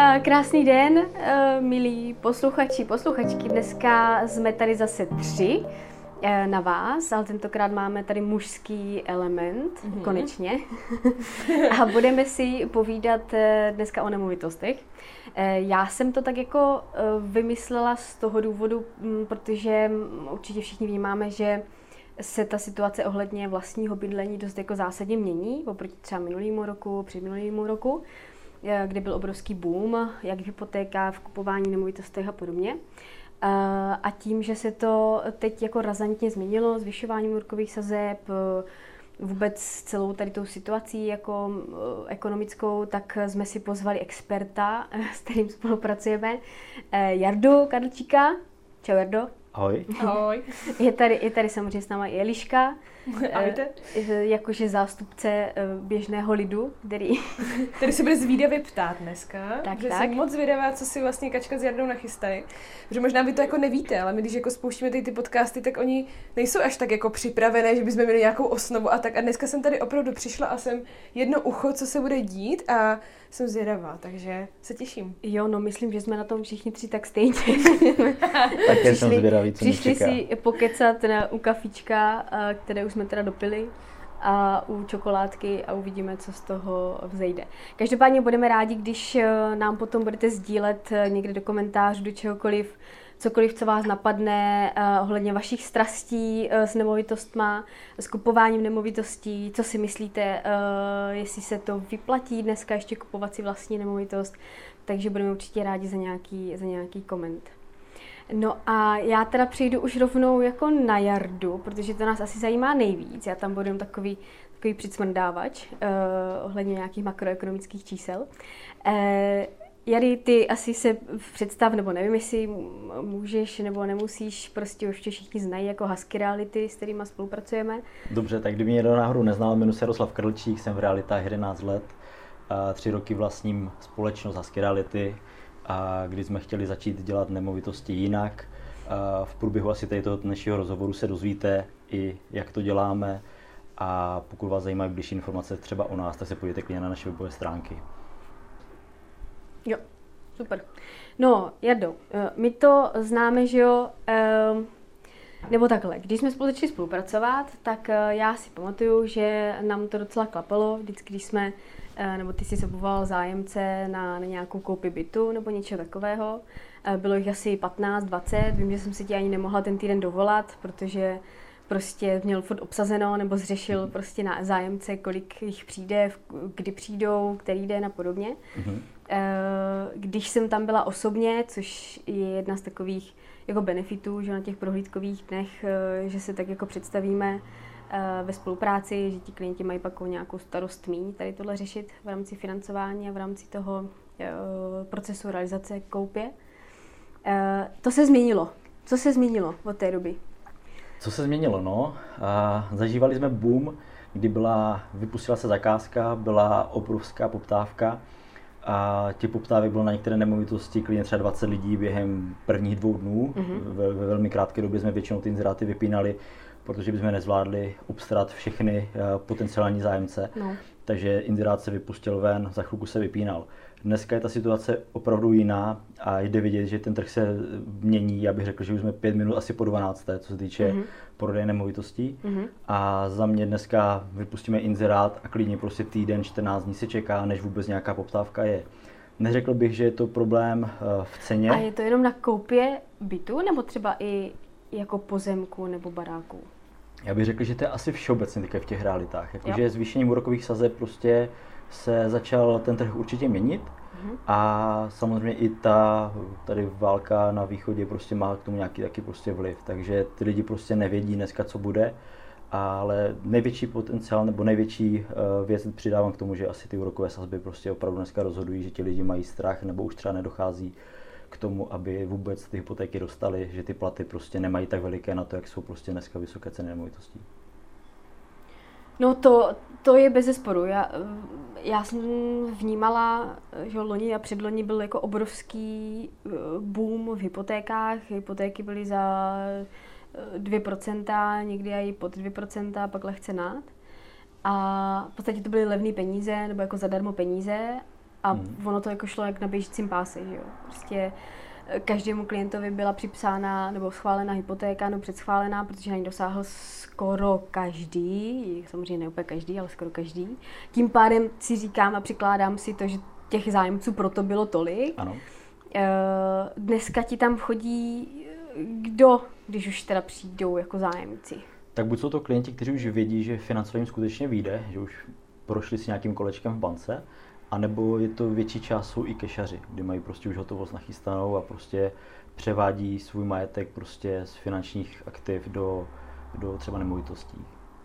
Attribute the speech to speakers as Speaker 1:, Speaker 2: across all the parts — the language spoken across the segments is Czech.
Speaker 1: Krásný den, milí posluchači, posluchačky. Dneska jsme tady zase 3 na vás, ale tentokrát máme tady mužský element, konečně. A budeme si povídat dneska o nemovitostech. Já jsem to tak jako vymyslela z toho důvodu, protože určitě všichni vnímáme, že se ta situace ohledně vlastního bydlení dost jako zásadně mění oproti třeba minulému roku, předminulému roku, kde byl obrovský boom, jak v hypotékách, v kupování nemovitostech a podobně. A tím, že se to teď jako razantně změnilo, zvyšování úrokových sazeb, vůbec celou tady tou situací jako ekonomickou, tak jsme si pozvali experta, s kterým spolupracujeme, Jardu Kadlčíka. Čau, Jardo.
Speaker 2: Ahoj.
Speaker 3: Ahoj.
Speaker 1: Je tady samozřejmě s náma i Eliška, jakože zástupce běžného lidu,
Speaker 3: který se bude zvídavě ptát dneska,
Speaker 1: tak.
Speaker 3: Jsem moc zvědavá, co si vlastně Kačka s Jardou nachystají. Protože možná vy to jako nevíte, ale my když jako spouštíme ty podcasty, tak oni nejsou až tak jako připravené, že bychom měli nějakou osnovu a tak. A dneska jsem tady opravdu přišla a jsem jedno ucho, co se bude dít a jsem zvědavá, takže se těším.
Speaker 1: Jo, no myslím, že jsme na tom všichni 3 tak stejně.
Speaker 2: Také jsem zvědavý, co mě čeká.
Speaker 1: Přišli si pokecat u kafička, které už jsme teda dopili, a u čokoládky a uvidíme, co z toho vzejde. Každopádně budeme rádi, když nám potom budete sdílet někde do komentářů, do čehokoliv, cokoliv, co vás napadne ohledně vašich strastí s nemovitostma, s kupováním nemovitostí, co si myslíte, jestli se to vyplatí dneska ještě kupovat si vlastní nemovitost, takže budeme určitě rádi za nějaký koment. No a já teda přejdu už rovnou jako na Jardu, protože to nás asi zajímá nejvíc. Já tam budu takový přicmrdávač ohledně nějakých makroekonomických čísel. Jary, ty asi se představ, nebo nevím, jestli můžeš nebo nemusíš, prostě už tě všichni znají jako Husky Reality, s kterýma spolupracujeme.
Speaker 2: Dobře, tak kdyby mě někdo náhodou neznal, jmenuji se Jaroslav Kadlčík, jsem v Realitách 11 let, 3 roky vlastním společnost Husky Reality, a když jsme chtěli začít dělat nemovitosti jinak. V průběhu asi toho dnešního rozhovoru se dozvíte i jak to děláme, a pokud vás zajímají bližší informace třeba o nás, tak se podívejte klidně na naše webové stránky.
Speaker 1: Jo, super. No, Jardo, my to známe, že jo, nebo takhle, když jsme spolu začali spolupracovat, tak já si pamatuju, že nám to docela klapalo, vždycky, když jsme, nebo ty jsi zabuval zájemce na nějakou koupi bytu nebo něčeho takového. Bylo jich asi 15, 20, vím, že jsem si ti ani nemohla ten týden dovolat, protože prostě měl furt obsazeno, nebo zřešil prostě na zájemce, kolik jich přijde, kdy přijdou, který den a podobně. Když jsem tam byla osobně, což je jedna z takových jako benefitů, že na těch prohlídkových dnech, že se tak jako představíme ve spolupráci, že ti klienti mají pak nějakou starost míň tady tohle řešit v rámci financování a v rámci toho procesu realizace koupě. To se změnilo. Co se změnilo od té doby?
Speaker 2: Co se změnilo? No, zažívali jsme boom, kdy vypustila se zakázka, byla obrovská poptávka a těch poptávek bylo na některé nemovitosti klidně třeba 20 lidí během prvních 2 dnů. Ve velmi krátké době jsme většinou ty inzeráty vypínali, protože bychom nezvládli obstarat všechny potenciální zájemce. No. Takže inzerát se vypustil ven, za chvilku se vypínal. Dneska je ta situace opravdu jiná a jde vidět, že ten trh se mění. Já bych řekl, že už jsme 5 minut asi po 12, co se týče prodeje nemovitostí. A za mě dneska vypustíme inzerát a klidně prostě týden, 14 dní se čeká, než vůbec nějaká poptávka je. Neřekl bych, že je to problém v ceně.
Speaker 1: A je to jenom na koupě bytu nebo třeba i jako pozemku nebo baráku?
Speaker 2: Já bych řekl, že to je asi všeobecně v těch realitách. Jakože zvýšením úrokových sazeb prostě se začal ten trh určitě měnit a samozřejmě i tady válka na východě prostě má k tomu nějaký taky prostě vliv. Takže ty lidi prostě nevědí dneska, co bude, ale největší potenciál nebo největší věc přidávám k tomu, že asi ty úrokové sazby prostě opravdu dneska rozhodují, že ti lidi mají strach nebo už třeba nedochází k tomu, aby vůbec ty hypotéky dostali, že ty platy prostě nemají tak veliké na to, jak jsou prostě dneska vysoké ceny nemovitostí.
Speaker 1: No to je bezesporu. Já jsem vnímala, že loni a předloni byl jako obrovský boom v hypotékách. Hypotéky byly za 2%, někdy i pod 2%, pak lehce nad. A v podstatě to byly levné peníze, nebo jako zadarmo peníze. A ono to jako šlo jak na běžícím páse, že jo. Prostě každému klientovi byla připsána nebo schválená hypotéka, nebo předschválená, protože na ní dosáhl skoro každý, samozřejmě ne úplně každý, ale skoro každý. Tím pádem si říkám a přikládám si to, že těch zájemců proto bylo tolik.
Speaker 2: Ano.
Speaker 1: Dneska ti tam chodí kdo, když už teda přijdou jako zájemci?
Speaker 2: Tak buď jsou to klienti, kteří už vědí, že financování skutečně vyjde, že už prošli si nějakým kolečkem v bance, anebo je to větší část jsou i kešaři, kdy mají prostě už hotovost nachystanou a prostě převádí svůj majetek prostě z finančních aktiv do třeba nemovitostí.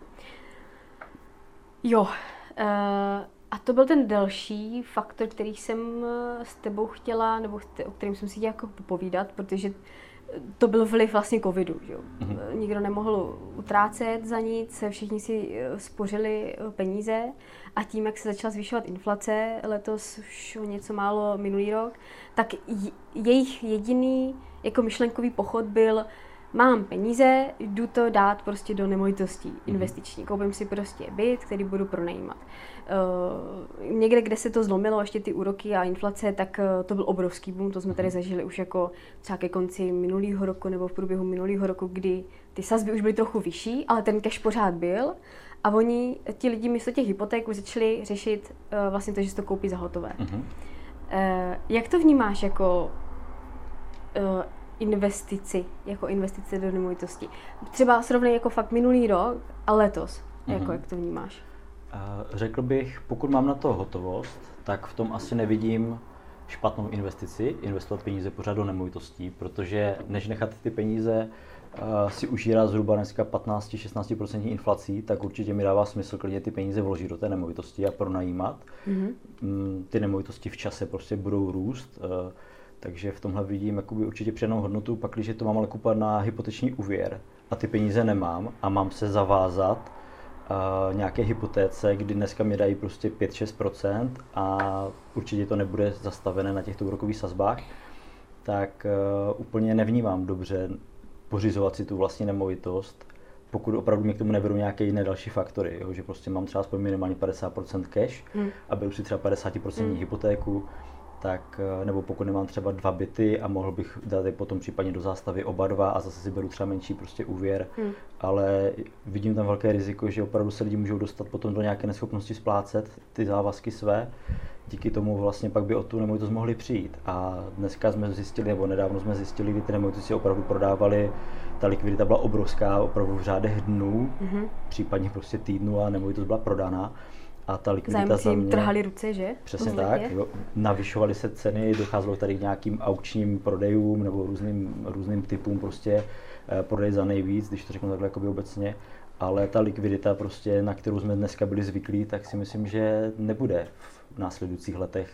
Speaker 1: Jo, a to byl ten další faktor, který jsem s tebou chtěla, nebo o kterým jsem si chtěla jako popovídat, protože to byl vliv vlastně covidu, že jo. Nikdo nemohl utrácet za nic, všichni si spořili peníze a tím, jak se začala zvyšovat inflace, letos už o něco málo minulý rok, tak jejich jediný jako myšlenkový pochod byl: mám peníze, jdu to dát prostě do nemovitostí investiční. Koupím si prostě byt, který budu pronajímat. Někde, kde se to zlomilo, ještě ty úroky a inflace, tak to byl obrovský boom. To jsme tady zažili už jako třeba ke konci minulého roku nebo v průběhu minulého roku, kdy ty sazby už byly trochu vyšší, ale ten cash pořád byl. A ti lidi místo těch hypoték už začali řešit vlastně to, že si to koupí za hotové. Jak to vnímáš jako investice do nemovitosti? Třeba srovnej jako fakt minulý rok a letos. Jako jak to vnímáš?
Speaker 2: Řekl bych, pokud mám na to hotovost, tak v tom asi nevidím špatnou investici, investovat peníze pořád do nemovitostí, protože než nechat ty peníze si užírá zhruba dneska 15-16% inflací, tak určitě mi dává smysl klidně ty peníze vložit do té nemovitosti a pronajímat. Ty nemovitosti v čase prostě budou růst, takže v tomhle vidím jakoby určitě přidanou hodnotu. Pak, když to mám ale kupovat na hypoteční úvěr a ty peníze nemám a mám se zavázat nějaké hypotéce, kdy dneska mi dají prostě 5-6% a určitě to nebude zastavené na těchto úrokových sazbách, tak úplně nevnímám dobře pořizovat si tu vlastní nemovitost, pokud opravdu mě k tomu neberou nějaké jiné další faktory, jo? Že prostě mám třeba aspoň minimálně 50% cash a beru si třeba 50% hypotéku, tak, nebo pokud nemám třeba 2 byty a mohl bych dát je potom případně do zástavy oba 2 a zase si beru třeba menší prostě úvěr, ale vidím tam velké riziko, že opravdu se lidi můžou dostat potom do nějaké neschopnosti splácet ty závazky své, díky tomu vlastně pak by o tu nemovitost mohli přijít. A dneska jsme zjistili, nebo nedávno jsme zjistili, kdy ty nemovitosti opravdu prodávaly, ta likvidita byla obrovská, opravdu v řádech dnů, případně prostě týdnů a nemovitost byla prodána. A ta likvidita
Speaker 1: za mě trhali ruce, že?
Speaker 2: Přesně tak. Jo. Navyšovaly se ceny, docházelo tady k nějakým aukčním prodejům nebo různým typům prostě prodej za nejvíc, když to řeknu takhle jakoby obecně. Ale ta likvidita prostě, na kterou jsme dneska byli zvyklí, tak si myslím, že nebude v následujících letech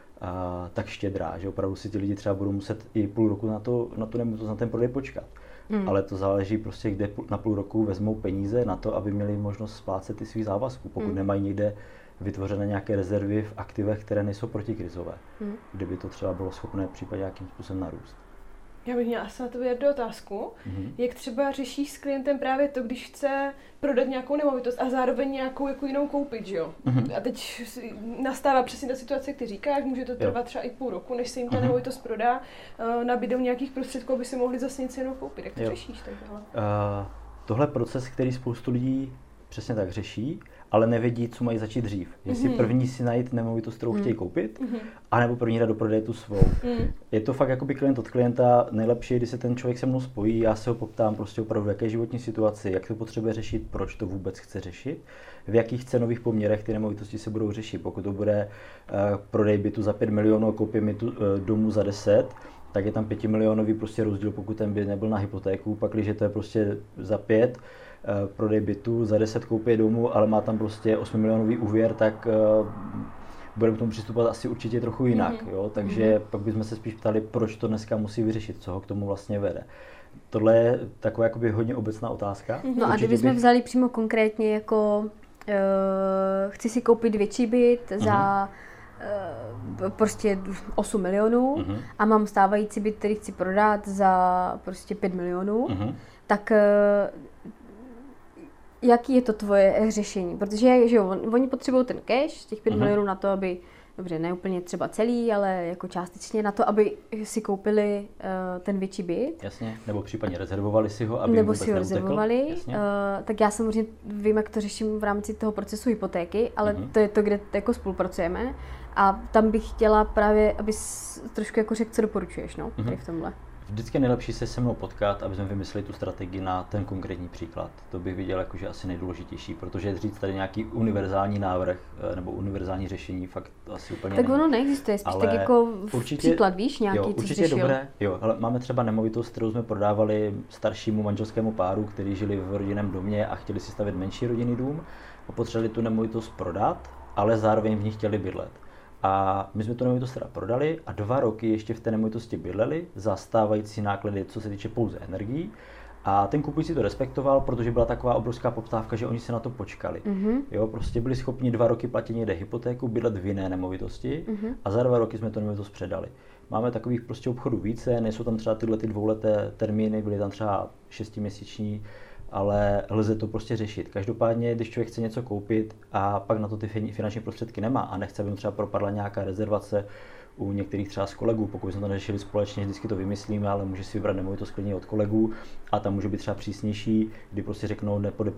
Speaker 2: tak štědrá, že opravdu si ti lidi třeba budou muset i půl roku na tu nemovitost, na ten prodej počkat. Ale to záleží prostě, kde na půl roku vezmou peníze na to, aby měli možnost splácet ty svých závazků, pokud nemají někde vytvořené nějaké rezervy v aktivech, které nejsou protikrizové, kdyby to třeba bylo schopné případně nějakým způsobem narůst.
Speaker 3: Já bych měla asi na tebe jednu otázku. Jak třeba řešíš s klientem právě to, když chce prodat nějakou nemovitost a zároveň nějakou jako jinou koupit, že jo? A teď nastává přesně ta situace, jak ty říkáš, může to trvat třeba i půl roku, než se jim ta nemovitost prodá, nabídou nějakých prostředků, aby si mohli zase něco jiného koupit. Jak to řešíš takhle?
Speaker 2: Tohle je proces, který spoustu lidí přesně tak řeší, ale nevědí, co mají začít dřív. Jestli první si najít nemovitost, kterou chtějí koupit, anebo první dát do prodeje tu svou. Je to fakt jakoby klient od klienta nejlepší, když se ten člověk se mnou spojí, já se ho poptám prostě opravdu, v jaké životní situaci, jak to potřebuje řešit, proč to vůbec chce řešit, v jakých cenových poměrech ty nemovitosti se budou řešit. Pokud to bude prodej bytu za 5 milionů a koupím mi tu domu za 10, tak je tam 5 milionový prostě rozdíl, pokud ten byt nebyl na hypotéku, pak když to je prostě za 5, prodej bytu, za 10 koupí domu, ale má tam prostě 8 milionový úvěr, tak budeme k tomu přistupovat asi určitě trochu jinak. Jo? Takže pak bychom se spíš ptali, proč to dneska musí vyřešit, co ho k tomu vlastně vede. Tohle je taková jakoby hodně obecná otázka.
Speaker 1: No a kdybychom vzali přímo konkrétně jako chci si koupit větší byt za prostě 8 milionů a mám stávající byt, který chci prodat za prostě 5 milionů, tak jaký je to tvoje řešení? Protože že jo, oni potřebují ten cash, těch 5 milionů na to, aby dobře, ne úplně třeba celý, ale jako částečně na to, aby si koupili ten větší byt.
Speaker 2: Jasně, nebo případně rezervovali si ho, aby
Speaker 1: nebo
Speaker 2: vůbec
Speaker 1: si ho rezervovali. Tak já samozřejmě vím, jak to řeším v rámci toho procesu hypotéky, ale to je to, kde jako spolupracujeme. A tam bych chtěla právě, abys trošku jako řekl, co doporučuješ, no, tady v tomhle.
Speaker 2: Vždycky je nejlepší se mnou potkat, aby jsme vymysleli tu strategii na ten konkrétní příklad. To bych viděl jakože asi nejdůležitější, protože říct tady nějaký univerzální návrh nebo univerzální řešení fakt asi úplně
Speaker 1: tak
Speaker 2: není.
Speaker 1: ono neexistuje, spíš
Speaker 2: ale
Speaker 1: tak jako
Speaker 2: určitě,
Speaker 1: příklad, víš, nějaký,
Speaker 2: jo,
Speaker 1: co
Speaker 2: určitě
Speaker 1: řešil.
Speaker 2: dobré. Jo, ale máme třeba nemovitost, kterou jsme prodávali staršímu manželskému páru, kteří žili v rodinném domě a chtěli si stavět menší rodinný dům a potřebovali tu nemovitost prodat, ale zároveň v ní chtěli bydlet. A my jsme tu nemovitost teda prodali a 2 roky ještě v té nemovitosti bydleli za stávající náklady, co se týče pouze energií. A ten kupující to respektoval, protože byla taková obrovská poptávka, že oni se na to počkali. Jo, prostě byli schopni 2 roky platit někde hypotéku, bydlet v jiné nemovitosti a za 2 roky jsme tu nemovitost předali. Máme takových prostě obchodů více, nejsou tam třeba tyhle 2leté termíny, byly tam třeba 6měsíční, ale lze to prostě řešit. Každopádně, když člověk chce něco koupit a pak na to ty finanční prostředky nemá a nechce, aby mu třeba propadla nějaká rezervace u některých třeba z kolegů, pokud jsme to neřešili společně, vždycky to vymyslíme, ale může si vybrat nemovitost klidně od kolegů a tam může být třeba přísnější, kdy prostě řeknou,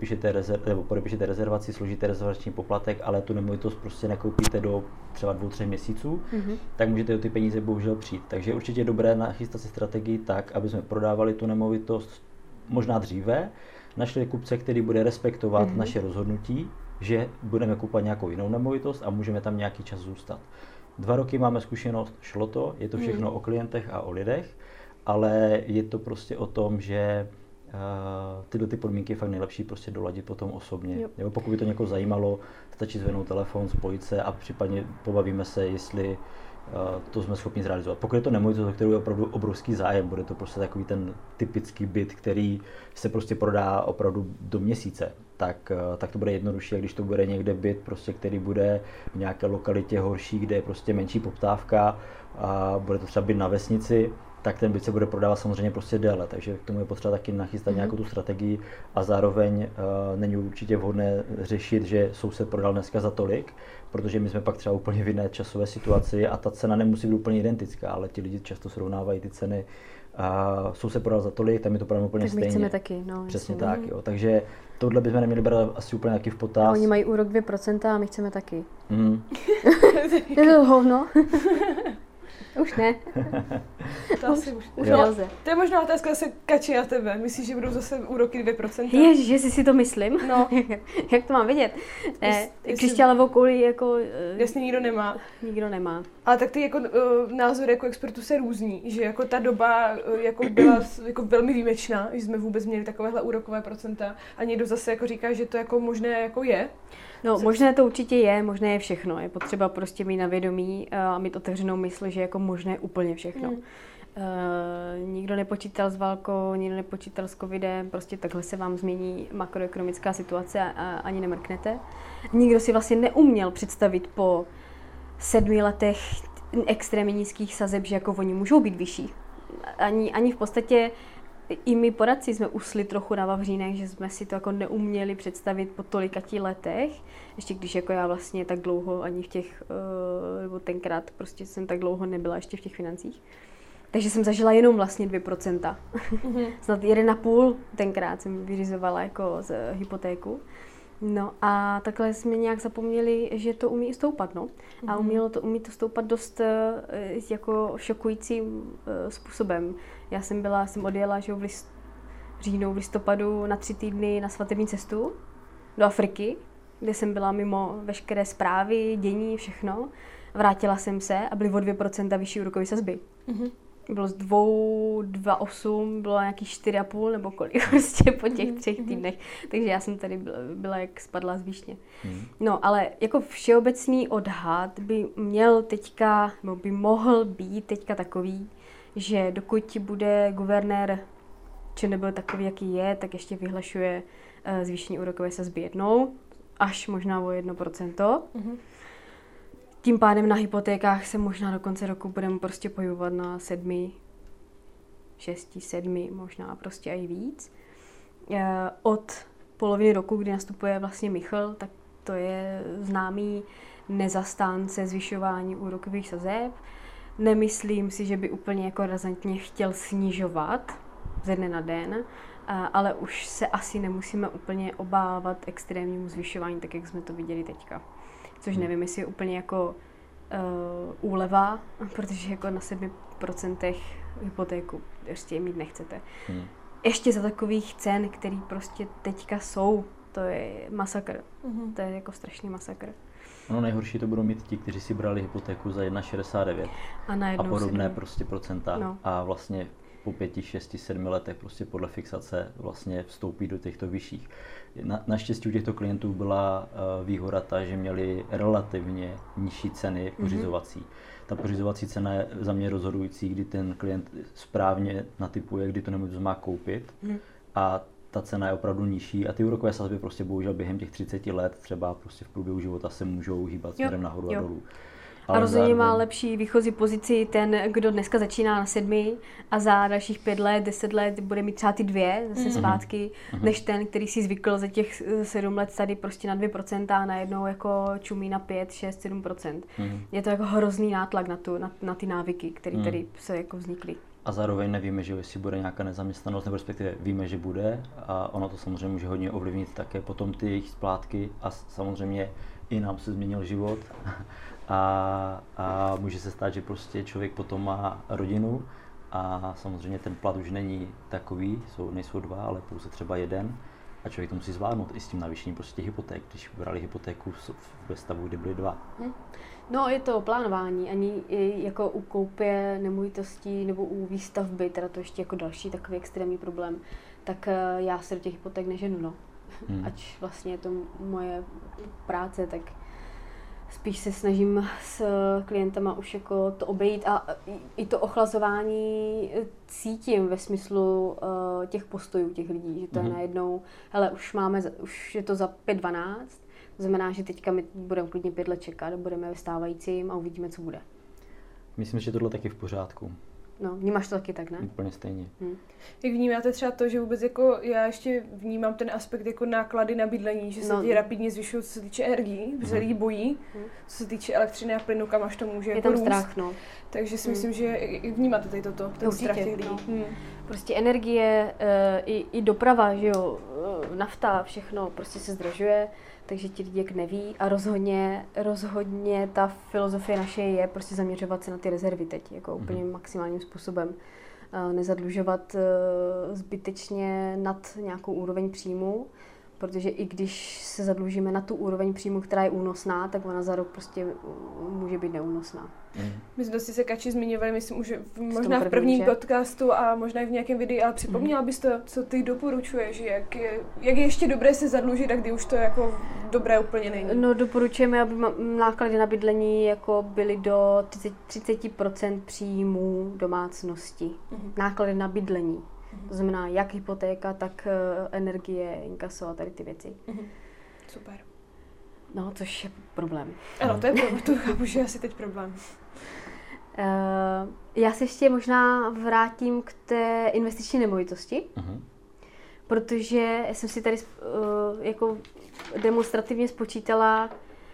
Speaker 2: podepíšete rezervaci, složíte rezervační poplatek, ale tu nemovitost prostě nekoupíte do třeba 2-3 měsíců, tak můžete o ty peníze bohužel přijít. Takže určitě je dobré nachystat si strategii tak, aby jsme prodávali tu nemovitost možná dříve, našli kupce, který bude respektovat naše rozhodnutí, že budeme kupovat nějakou jinou nemovitost a můžeme tam nějaký čas zůstat. 2 roky máme zkušenost, šlo to, je to všechno o klientech a o lidech, ale je to prostě o tom, že tyhle ty podmínky je fakt nejlepší prostě doladit potom osobně. Jo, pokud by to někoho zajímalo, stačí zvednout telefon, spojit se a případně pobavíme se, jestli to jsme schopni zrealizovat. Pokud je to nemovitost, o kterou je opravdu obrovský zájem, bude to prostě takový ten typický byt, který se prostě prodá opravdu do měsíce, tak to bude jednodušší, a když to bude někde byt, prostě, který bude v nějaké lokalitě horší, kde je prostě menší poptávka a bude to třeba byt na vesnici, tak ten byt se bude prodávat samozřejmě prostě déle, takže k tomu je potřeba taky nachystat nějakou tu strategii a zároveň není určitě vhodné řešit, že soused prodal dneska za tolik, protože my jsme pak třeba úplně v jiné časové situaci a ta cena nemusí být úplně identická, ale ti lidi často srovnávají ty ceny. Soused prodal za tolik, tam je to právě úplně stejně.
Speaker 1: Chceme taky, no.
Speaker 2: Přesně tak, jo. Takže tohle bychom neměli brát asi úplně taky v potaz.
Speaker 1: A oni mají úrok 2% a my chceme taky. Je to hovno. Už ne.
Speaker 3: To asi už
Speaker 1: nelze.
Speaker 3: To je možná otázka zase Kači na tebe. Myslíš, že budou zase úroky 2%?
Speaker 1: Ježiš, jestli si to myslím.
Speaker 3: No.
Speaker 1: Jak to mám vědět? Křišťálovou kouli jako...
Speaker 3: Jasně nikdo nemá.
Speaker 1: Nikdo nemá.
Speaker 3: Ale tak ty jako názory jako expertů se různí, že jako ta doba jako byla jako velmi výjimečná, že jsme vůbec měli takovéhle úrokové procenta a někdo zase jako říká, že to jako možné jako je.
Speaker 1: No, možné to určitě je, možné je všechno. Je potřeba prostě mít na vědomí a mít otevřenou mysl, že jako možné je úplně všechno. Nikdo nepočítal s válkou, nikdo nepočítal s covidem, prostě takhle se vám změní makroekonomická situace a ani nemrknete. Nikdo si vlastně neuměl představit po 7 letech extrémně nízkých sazeb, že jako oni můžou být vyšší. Ani v podstatě i my poradci jsme usli trochu na vavřínech, že jsme si to jako neuměli představit po tolikatí letech, ještě když jako já vlastně tak dlouho ani v těch, nebo tenkrát prostě jsem tak dlouho nebyla ještě v těch financích. Takže jsem zažila jenom vlastně 2%. Snad 1,5 tenkrát jsem vyřizovala jako z hypotéku. No a takhle jsme nějak zapomněli, že to umí stoupat, no. A umí to stoupat dost jako šokujícím způsobem. Já jsem odjela, že v říjnu, v listopadu na 3 týdny na svatební cestu do Afriky, kde jsem byla mimo veškeré zprávy, dění, všechno. Vrátila jsem se a byly o 2% vyšší úrokové sazby. Bylo z 2,8, bylo nějakých 4,5 nebo kolik prostě po těch 3 týdnech. Takže já jsem tady byla jak spadla z výšně. No, ale jako všeobecný odhad by měl teďka, nebo by mohl být teďka takový, že dokud bude guvernér, či nebyl takový, jaký je, tak ještě vyhlašuje zvýšení úrokové sazby jednou, až možná o 1%. Tím pádem na hypotékách se možná do konce roku budeme prostě pohybovat na 6, 7, možná prostě i víc. Od poloviny roku, kdy nastupuje vlastně Michal, tak to je známý nezastánce zvyšování úrokových sazeb. Nemyslím si, že by úplně jako razantně chtěl snižovat ze dne na den, ale už se asi nemusíme úplně obávat extrémnímu zvyšování, tak jak jsme to viděli teďka. Což nevím, jestli je úplně jako úleva, protože jako na 7% hypotéku ještě mít nechcete. Ještě za takových cen, které prostě teďka jsou, to je masakr. To je jako strašný masakr.
Speaker 2: No nejhorší to budou mít ti, kteří si brali hypotéku za 1,69 a podobné prostě procenta.
Speaker 1: No.
Speaker 2: A vlastně po 5, 6, 7 letech prostě podle fixace vlastně vstoupí do těchto vyšších. Naštěstí u těchto klientů byla výhoda ta, že měli relativně nižší ceny pořizovací. Ta pořizovací cena je za mě rozhodující, kdy ten klient správně natypuje, kdy to nemovitost má koupit a ta cena je opravdu nižší a ty úrokové sazby prostě bohužel během těch 30 let třeba prostě v průběhu života se můžou hýbat směrem nahoru a dolů.
Speaker 1: A rozhodně má lepší výchozí pozici ten, kdo dneska začíná na 7 a za dalších 5 let, 10 let bude mít třeba ty 2 zase zpátky, než ten, který si zvykl za těch 7 let tady prostě na 2% a najednou jako čumí na 5, 6, 7%. Je to jako hrozný nátlak na ty návyky, které tady se jako vznikly.
Speaker 2: A zároveň nevíme, že jestli bude nějaká nezaměstnanost, nebo respektive víme, že bude a ono to samozřejmě může hodně ovlivnit také potom ty jejich splátky a samozřejmě i nám se změnil život a může se stát, že prostě člověk potom má rodinu a samozřejmě ten plat už není takový, nejsou 2, ale pouze třeba 1 a člověk to musí zvládnout i s tím navýšením prostě hypoték, když brali hypotéku ve stavu, kdy byly 2.
Speaker 1: No, je to plánování, ani jako u koupě nemovitostí nebo u výstavby, teda to ještě jako další takový extrémní problém, tak já se do těch hypoték neženu, no. Ať vlastně je to moje práce, tak spíš se snažím s klientama už jako to obejít a i to ochlazování cítím ve smyslu těch postojů těch lidí, že to je najednou, hele, už je to za 5:12, to znamená, že teďka my budeme klidně 5 let čekat, budeme ve stávajícím a uvidíme, co bude.
Speaker 2: Myslím, že tohle taky v pořádku.
Speaker 1: No, vnímáš to taky tak, ne?
Speaker 2: Úplně stejně.
Speaker 3: Jak vnímáte třeba to, že vůbec jako já ještě vnímám ten aspekt jako náklady na bydlení, že se ti rapidně zvyšují, co se týče energií, protože se lidi bojí, co se týče elektřiny a plynu, kam až to může
Speaker 1: je
Speaker 3: jako
Speaker 1: tam
Speaker 3: růst.
Speaker 1: Strach, no.
Speaker 3: Takže si myslím, že vnímáte tady toto, ten strach těch lidí.
Speaker 1: No. Prostě energie, i doprava, že jo, nafta, všechno prostě se zdražuje, takže ti lidi jak neví a rozhodně ta filozofie naše je prostě zaměřovat se na ty rezervy teď, jako úplně maximálním způsobem. Nezadlužovat zbytečně nad nějakou úroveň příjmu, protože i když se zadlužíme na tu úroveň příjmu, která je únosná, tak ona za rok prostě může být neúnosná.
Speaker 3: My jsme si se Kači zmiňovali, myslím, už možná v prvním podcastu a možná i v nějakém videu, ale připomněla bys to, co ty doporučuješ, jak je ještě dobré se zadlužit a kdy už to jako dobré úplně není? No,
Speaker 1: doporučujeme, aby náklady na bydlení jako byly do 30% příjmů domácnosti. Náklady na bydlení. To znamená jak hypotéka, tak energie, inkaso a tady ty věci.
Speaker 3: Super.
Speaker 1: No, což je problém.
Speaker 3: Ano, to je problém, to chápu, že je asi teď problém.
Speaker 1: Já se ještě možná vrátím k té investiční nemovitosti, protože jsem si tady jako demonstrativně spočítala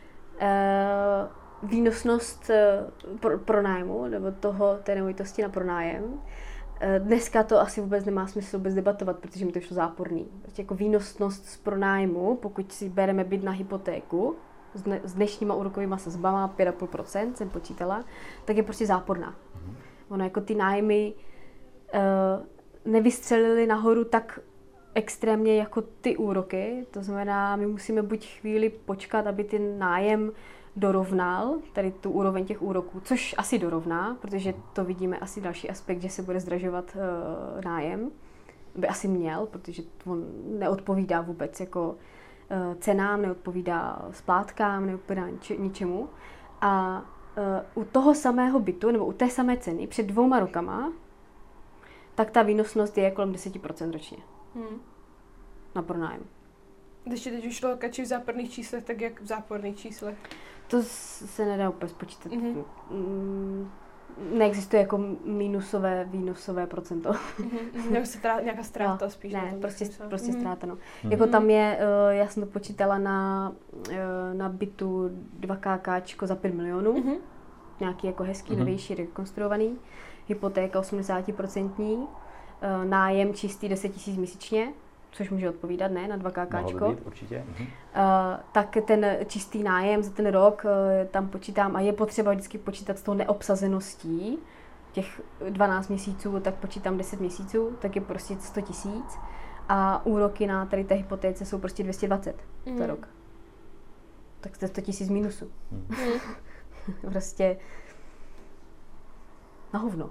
Speaker 1: výnosnost pronájmu, nebo té nemovitosti na pronájem. Dneska to asi vůbec nemá smysl vůbec debatovat, protože mi to šlo záporný. Prostě jako výnosnost z pronájmu, pokud si bereme byt na hypotéku, s dnešníma úrokovýma sazbama 5,5% jsem počítala, tak je prostě záporná. Ono jako ty nájmy nevystřelily nahoru tak extrémně jako ty úroky, to znamená, my musíme buď chvíli počkat, aby ten nájem dorovnal tady tu úroveň těch úroků, což asi dorovná, protože to vidíme asi další aspekt, že se bude zdražovat nájem, by asi měl, protože on neodpovídá vůbec jako cenám, neodpovídá splátkám, neodpovídá ničemu. A u toho samého bytu, nebo u té samé ceny před 2 rokama, tak ta výnosnost je kolem 10% ročně. Na pronájem.
Speaker 3: Když teď vyšlo Kači v záporných číslech, tak jak v záporných číslech?
Speaker 1: To se nedá úplně spočítat. neexistuje jako minusové výnosové procento.
Speaker 3: Nějaká ztráta spíš.
Speaker 1: Ne, prostě ztráta, no. Jako tam je, já jsem to počítala na bytu 2KK za 5 milionů. Nějaký jako hezký, novější, rekonstruovaný. Hypotéka 80%, nájem čistý 10 000 měsíčně, což může odpovídat, ne, na 2KK.
Speaker 2: Mohlo by být, určitě.
Speaker 1: Tak ten čistý nájem za ten rok tam počítám a je potřeba vždycky počítat s tou neobsazeností. Těch 12 měsíců, tak počítám 10 měsíců, tak je prostě 100 000. A úroky na tady té hypotéce jsou prostě 220 za rok. Tak to je 100 000 minusu. Prostě na hovno.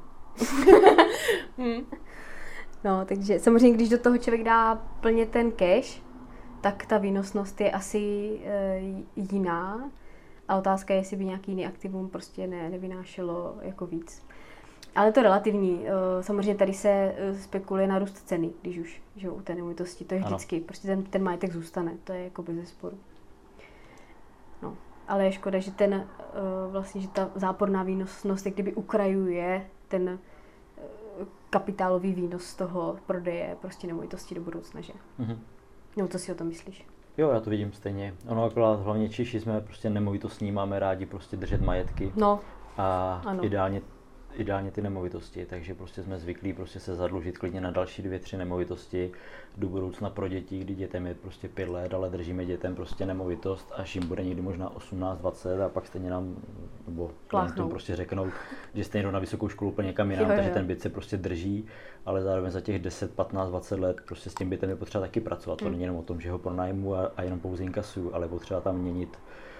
Speaker 1: No, takže samozřejmě, když do toho člověk dá plně ten cash, tak ta výnosnost je asi jiná. A otázka je, jestli by nějaký jiný aktivum prostě nevynášelo jako víc. Ale to je relativní. Samozřejmě tady se spekuluje na růst ceny, když už, že u té nemovitosti. To je vždycky, prostě ten majetek zůstane. To je jako bez sporu. No, ale je škoda, že vlastně, že ta záporná výnosnost jak kdyby ukrajuje ten kapitálový výnos z toho prodeje prostě nemovitosti do budoucna, že? No, co si o tom myslíš?
Speaker 2: Jo, já to vidím stejně. Ono akorát hlavně Češi jsme prostě nemovitostní, máme rádi prostě držet majetky.
Speaker 1: No.
Speaker 2: A ideálně ty nemovitosti, takže prostě jsme zvyklí prostě se zadlužit klidně na další 2-3 nemovitosti do budoucna pro děti, kdy dětem je prostě 5 let, ale držíme dětem prostě nemovitost, až jim bude někdy možná 18-20 a pak stejně nám, nebo klientům prostě řeknou, že stejně jdou na vysokou školu úplně někam jinam, takže ten byt se prostě drží, ale zároveň za těch 10, 15, 20 let prostě s tím bytem je potřeba taky pracovat. To není jenom o tom, že ho pronajmu a jenom pouze inkasuju, ale potřeba tam měnit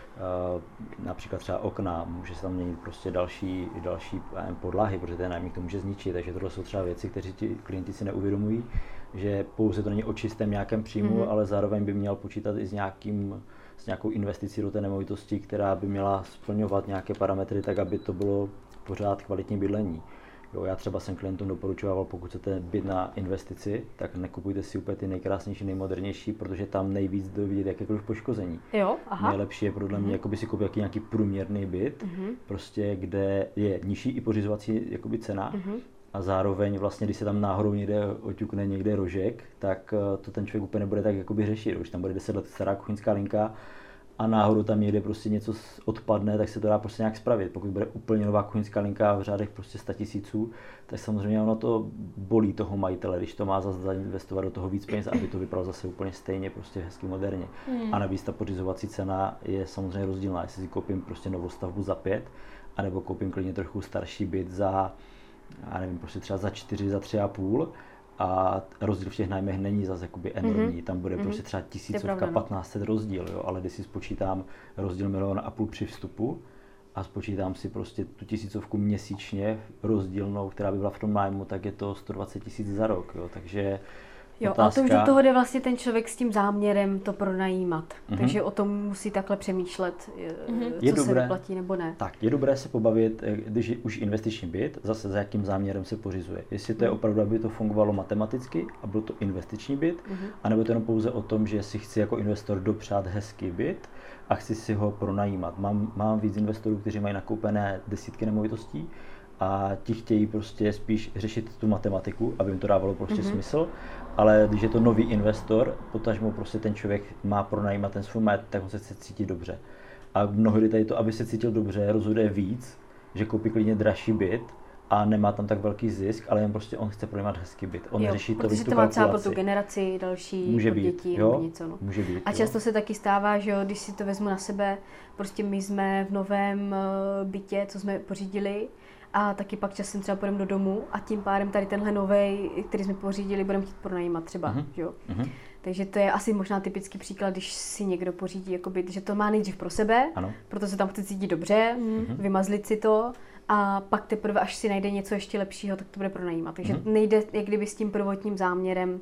Speaker 2: například třeba okna, může se tam měnit prostě další podlahy, protože ten nájemník to může zničit, takže tohle jsou třeba věci, které ti klienti si neuvědomují, že pouze to není o čistém nějakém příjmu, ale zároveň by měl počítat i s nějakou investicí do té nemovitosti, která by měla splňovat nějaké parametry tak, aby to bylo pořád kvalitní bydlení. Jo, já třeba jsem klientům doporučoval, pokud chcete byt na investici, tak nekupujte si úplně ty nejkrásnější, nejmodernější, protože tam nejvíc jde vidět jakékoliv poškození.
Speaker 1: Jo, aha.
Speaker 2: Nejlepší je podle mě jakoby si koupit nějaký průměrný byt, prostě kde je nižší i pořizovací jakoby cena a zároveň vlastně, když se tam náhodou někde oťukne někde rožek, tak to ten člověk úplně nebude tak jakoby řešit. Už tam bude 10 let stará kuchyňská linka a náhodou tam někde prostě něco odpadne, tak se to dá prostě nějak spravit. Pokud bude úplně nová kuchyňská linka v řádech prostě 100 000, tak samozřejmě ono to bolí toho majitele, když to má zase zainvestovat do toho víc peněz, aby to vypadalo zase úplně stejně, prostě hezky moderně. A navíc ta pořizovací cena je samozřejmě rozdílná, jestli si koupím prostě novou stavbu za 5, anebo koupím klidně trochu starší byt za, já nevím, prostě třeba za 4, za 3,5. A rozdíl v těch nájmech není zase jakoby enormní, tam bude prostě třeba 1000, 1500 rozdíl, jo? Ale když si spočítám rozdíl 1,5 milionu při vstupu a spočítám si prostě tu 1000 měsíčně rozdílnou, která by byla v tom nájmu, tak je to 120 000 za rok, jo? Takže
Speaker 1: jo, otázka... a to už do toho jde vlastně ten člověk s tím záměrem to pronajímat. Takže o tom musí takhle přemýšlet, co se vyplatí nebo ne.
Speaker 2: Tak, je dobré se pobavit, když je už investiční byt, zase za jakým záměrem se pořizuje. Jestli to je opravdu, aby to fungovalo matematicky a byl to investiční byt, anebo to jenom pouze o tom, že si chci jako investor dopřát hezký byt a chci si ho pronajímat. Mám víc investorů, kteří mají nakoupené desítky nemovitostí, a ti chtějí prostě spíš řešit tu matematiku, aby jim to dávalo prostě smysl, ale když je to nový investor, potažmo prostě ten člověk má pronajímat ten svůj majetek, tak on se chce cítit dobře. A mnohdy tady to, aby se cítil dobře, rozhoduje víc, že koupí klidně dražší byt a nemá tam tak velký zisk, ale jen prostě on chce pronajímat hezký byt. On řeší to víc tu kalkulaci.
Speaker 1: Třeba pro tu generaci další, pro děti nebo něco. No.
Speaker 2: Může být,
Speaker 1: a často se taky stává, že jo, když si to vezmu na sebe, prostě my jsme v novém bytě, co jsme pořídili, a taky pak časem třeba půjdeme do domu a tím pádem tady tenhle novej, který jsme pořídili, budeme chtít pronajímat třeba, jo. Takže to je asi možná typický příklad, když si někdo pořídí, jakoby, že to má nejdřív pro sebe, proto se tam chce cítit dobře, vymazlit si to a pak teprve, až si najde něco ještě lepšího, tak to bude pronajímat. Takže nejde jak kdyby s tím prvotním záměrem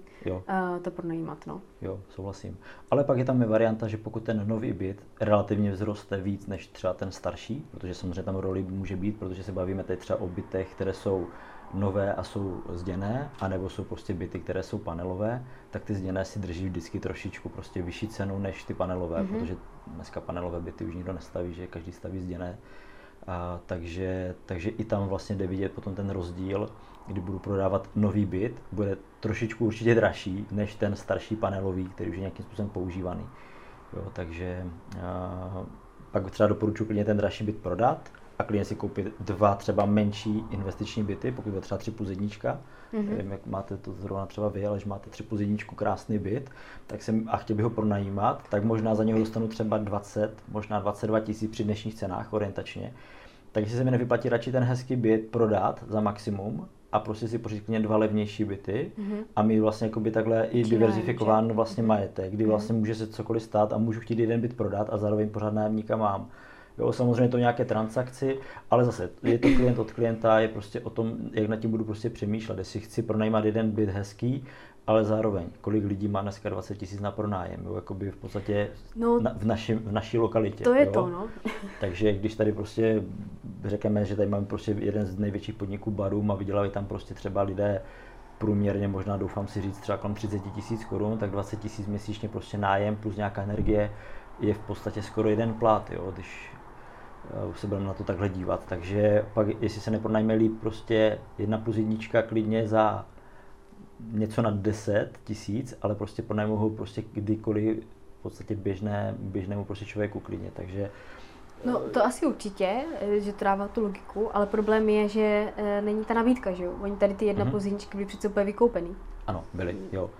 Speaker 1: to pronajímat. No.
Speaker 2: Jo, souhlasím. Ale pak je tam varianta, že pokud ten nový byt relativně vzroste víc než třeba ten starší, protože samozřejmě tam roli může být, protože se bavíme tady třeba o bytech, které jsou nové a jsou zděné, anebo jsou prostě byty, které jsou panelové, tak ty zděné si drží vždycky trošičku prostě vyšší cenu než ty panelové, protože dneska panelové byty už nikdo nestaví, že každý staví zděné. Takže i tam vlastně jde vidět potom ten rozdíl, kdy budu prodávat nový byt, bude trošičku určitě dražší než ten starší panelový, který už je nějakým způsobem používaný. Jo, takže pak třeba doporučuji klidně ten dražší byt prodat a klidně si koupit 2 třeba menší investiční byty, pokud je třeba 3+1. Nevím, jak máte to zrovna třeba vy, ale že máte 3+1 krásný byt, tak a chtěl bych ho pronajímat, tak možná za něho dostanu třeba 20, možná 22 tisíc při dnešních cenách orientačně. Takže se mi nevyplatí radši ten hezký byt prodat za maximum a prostě si pořídit klidně 2 levnější byty a mít vlastně jakoby takhle i diverzifikován vlastně majetek, kdy vlastně může se cokoliv stát a můžu chtít jeden byt prodat a zároveň pořád nájemníka mám. Jo, samozřejmě to nějaké transakci, ale zase je to klient od klienta, je prostě o tom, jak nad tím budu prostě přemýšlet, jestli chci pronajímat jeden byt hezký, ale zároveň, kolik lidí má dneska 20 tisíc na pronájem, jo, jakoby v podstatě v naší lokalitě.
Speaker 1: To je
Speaker 2: jo.
Speaker 1: to, no.
Speaker 2: Takže když tady prostě řekneme, že tady máme prostě jeden z největších podniků Barum a vydělají tam prostě třeba lidé průměrně, možná doufám si říct třeba kolem 30 tisíc korun, tak 20 tisíc měsíčně prostě nájem plus nějaká energie je v podstatě skoro jeden plat, jo, když už se budeme na to takhle dívat. Takže pak, jestli se nepronajme líp prostě 1+1 klidně za něco nad 10 tisíc, ale prostě pronajmu ho prostě kdykoliv v podstatě běžnému prostě člověku klidně, takže
Speaker 1: no to asi určitě, že to dává tu logiku, ale problém je, že není ta nabídka, že jo? Oni tady ty 1+1 byly přece úplně vykoupený.
Speaker 2: Ano, byly, jo.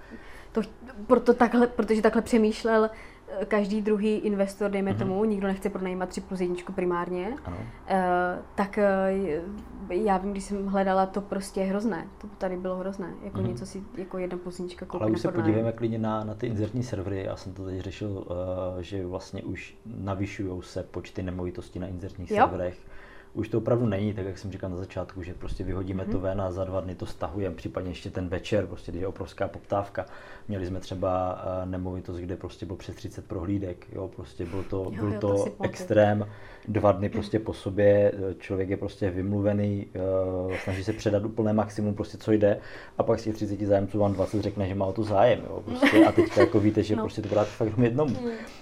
Speaker 1: Protože takhle přemýšlel každý druhý investor, dejme tomu, nikdo nechce pronajímat 3+1 primárně, tak já vím, když jsem hledala, to prostě je hrozné. To tady bylo hrozné, jako něco si, jako 1+1 koupit.
Speaker 2: Ale už se podívejme klidně na ty inzertní servery. Já jsem to teď řešil, že vlastně už navyšují se počty nemovitostí na inzertních serverech. Už to opravdu není, tak jak jsem říkal na začátku, že prostě vyhodíme to ven a za 2 dny to stahujeme, případně ještě ten večer, prostě když je obrovská poptávka. Měli jsme třeba nemovitost, kde prostě bylo přes 30 prohlídek, jo, prostě byl to extrém, 2 dny prostě po sobě, člověk je prostě vymluvený, snaží se předat úplné maximum, prostě co jde, a pak z těch 30 zájemců vám 20 řekne, že má o to zájem, jo, prostě, a teďka jako víte, že prostě to prodáte fakt jednomu.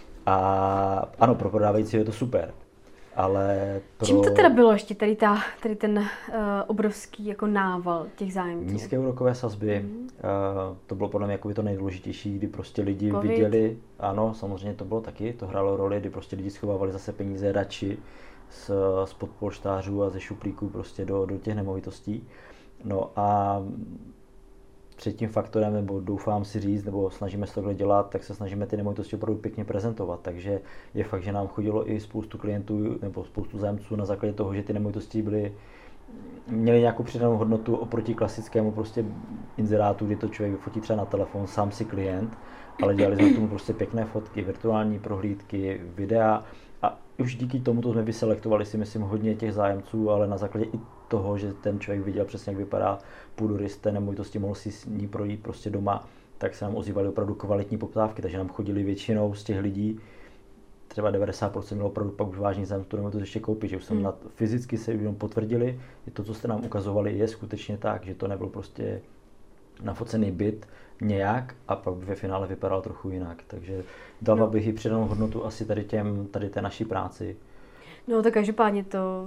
Speaker 2: A ano, pro prodávajícího je to super. Ale
Speaker 1: čím to teda bylo ještě tady ten obrovský jako nával těch zájemců?
Speaker 2: Nízké úrokové sazby, to bylo podle mě jako to nejdůležitější, kdy prostě lidi viděli, ano, samozřejmě to bylo taky, to hrálo roli, kdy prostě lidi schovávali zase peníze radši z podpolštářů a ze šuplíků prostě do těch nemovitostí. No a třetím faktorem, nebo doufám si říct, nebo snažíme se tohle dělat, tak se snažíme ty nemovitosti opravdu pěkně prezentovat. Takže je fakt, že nám chodilo i spoustu klientů nebo spoustu zájemců na základě toho, že ty nemovitosti měly nějakou přidanou hodnotu oproti klasickému prostě inzerátu, kdy to člověk vyfotí třeba na telefon, sám si klient, ale dělali jsme tomu prostě pěkné fotky, virtuální prohlídky, videa a už díky tomu jsme vyselektovali si myslím hodně těch zájemců, ale na základě i toho, že ten člověk viděl přesně, jak vypadá půdorys té nemovitosti, mohl si s ní projít prostě doma, tak se nám ozývaly opravdu kvalitní poptávky, takže nám chodili většinou z těch lidí, třeba 90% bylo opravdu pak už vážný zájem, kterou to ještě koupit, že už jsem fyzicky se jenom potvrdili, že to, co jste nám ukazovali, je skutečně tak, že to nebyl prostě nafocený byt nějak a pak ve finále vypadal trochu jinak, takže dala bych i přidanou hodnotu asi tady té naší práci.
Speaker 1: No tak každopádně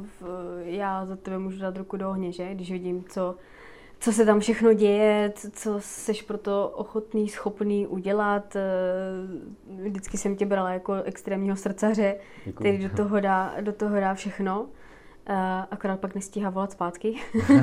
Speaker 1: já za tebe můžu dát ruku do ohně, že? Když vidím, co se tam všechno děje, co seš pro to ochotný, schopný udělat. Vždycky jsem tě brala jako extrémního srdcaře, který do toho dá všechno. Akorát pak nestíhá volat zpátky.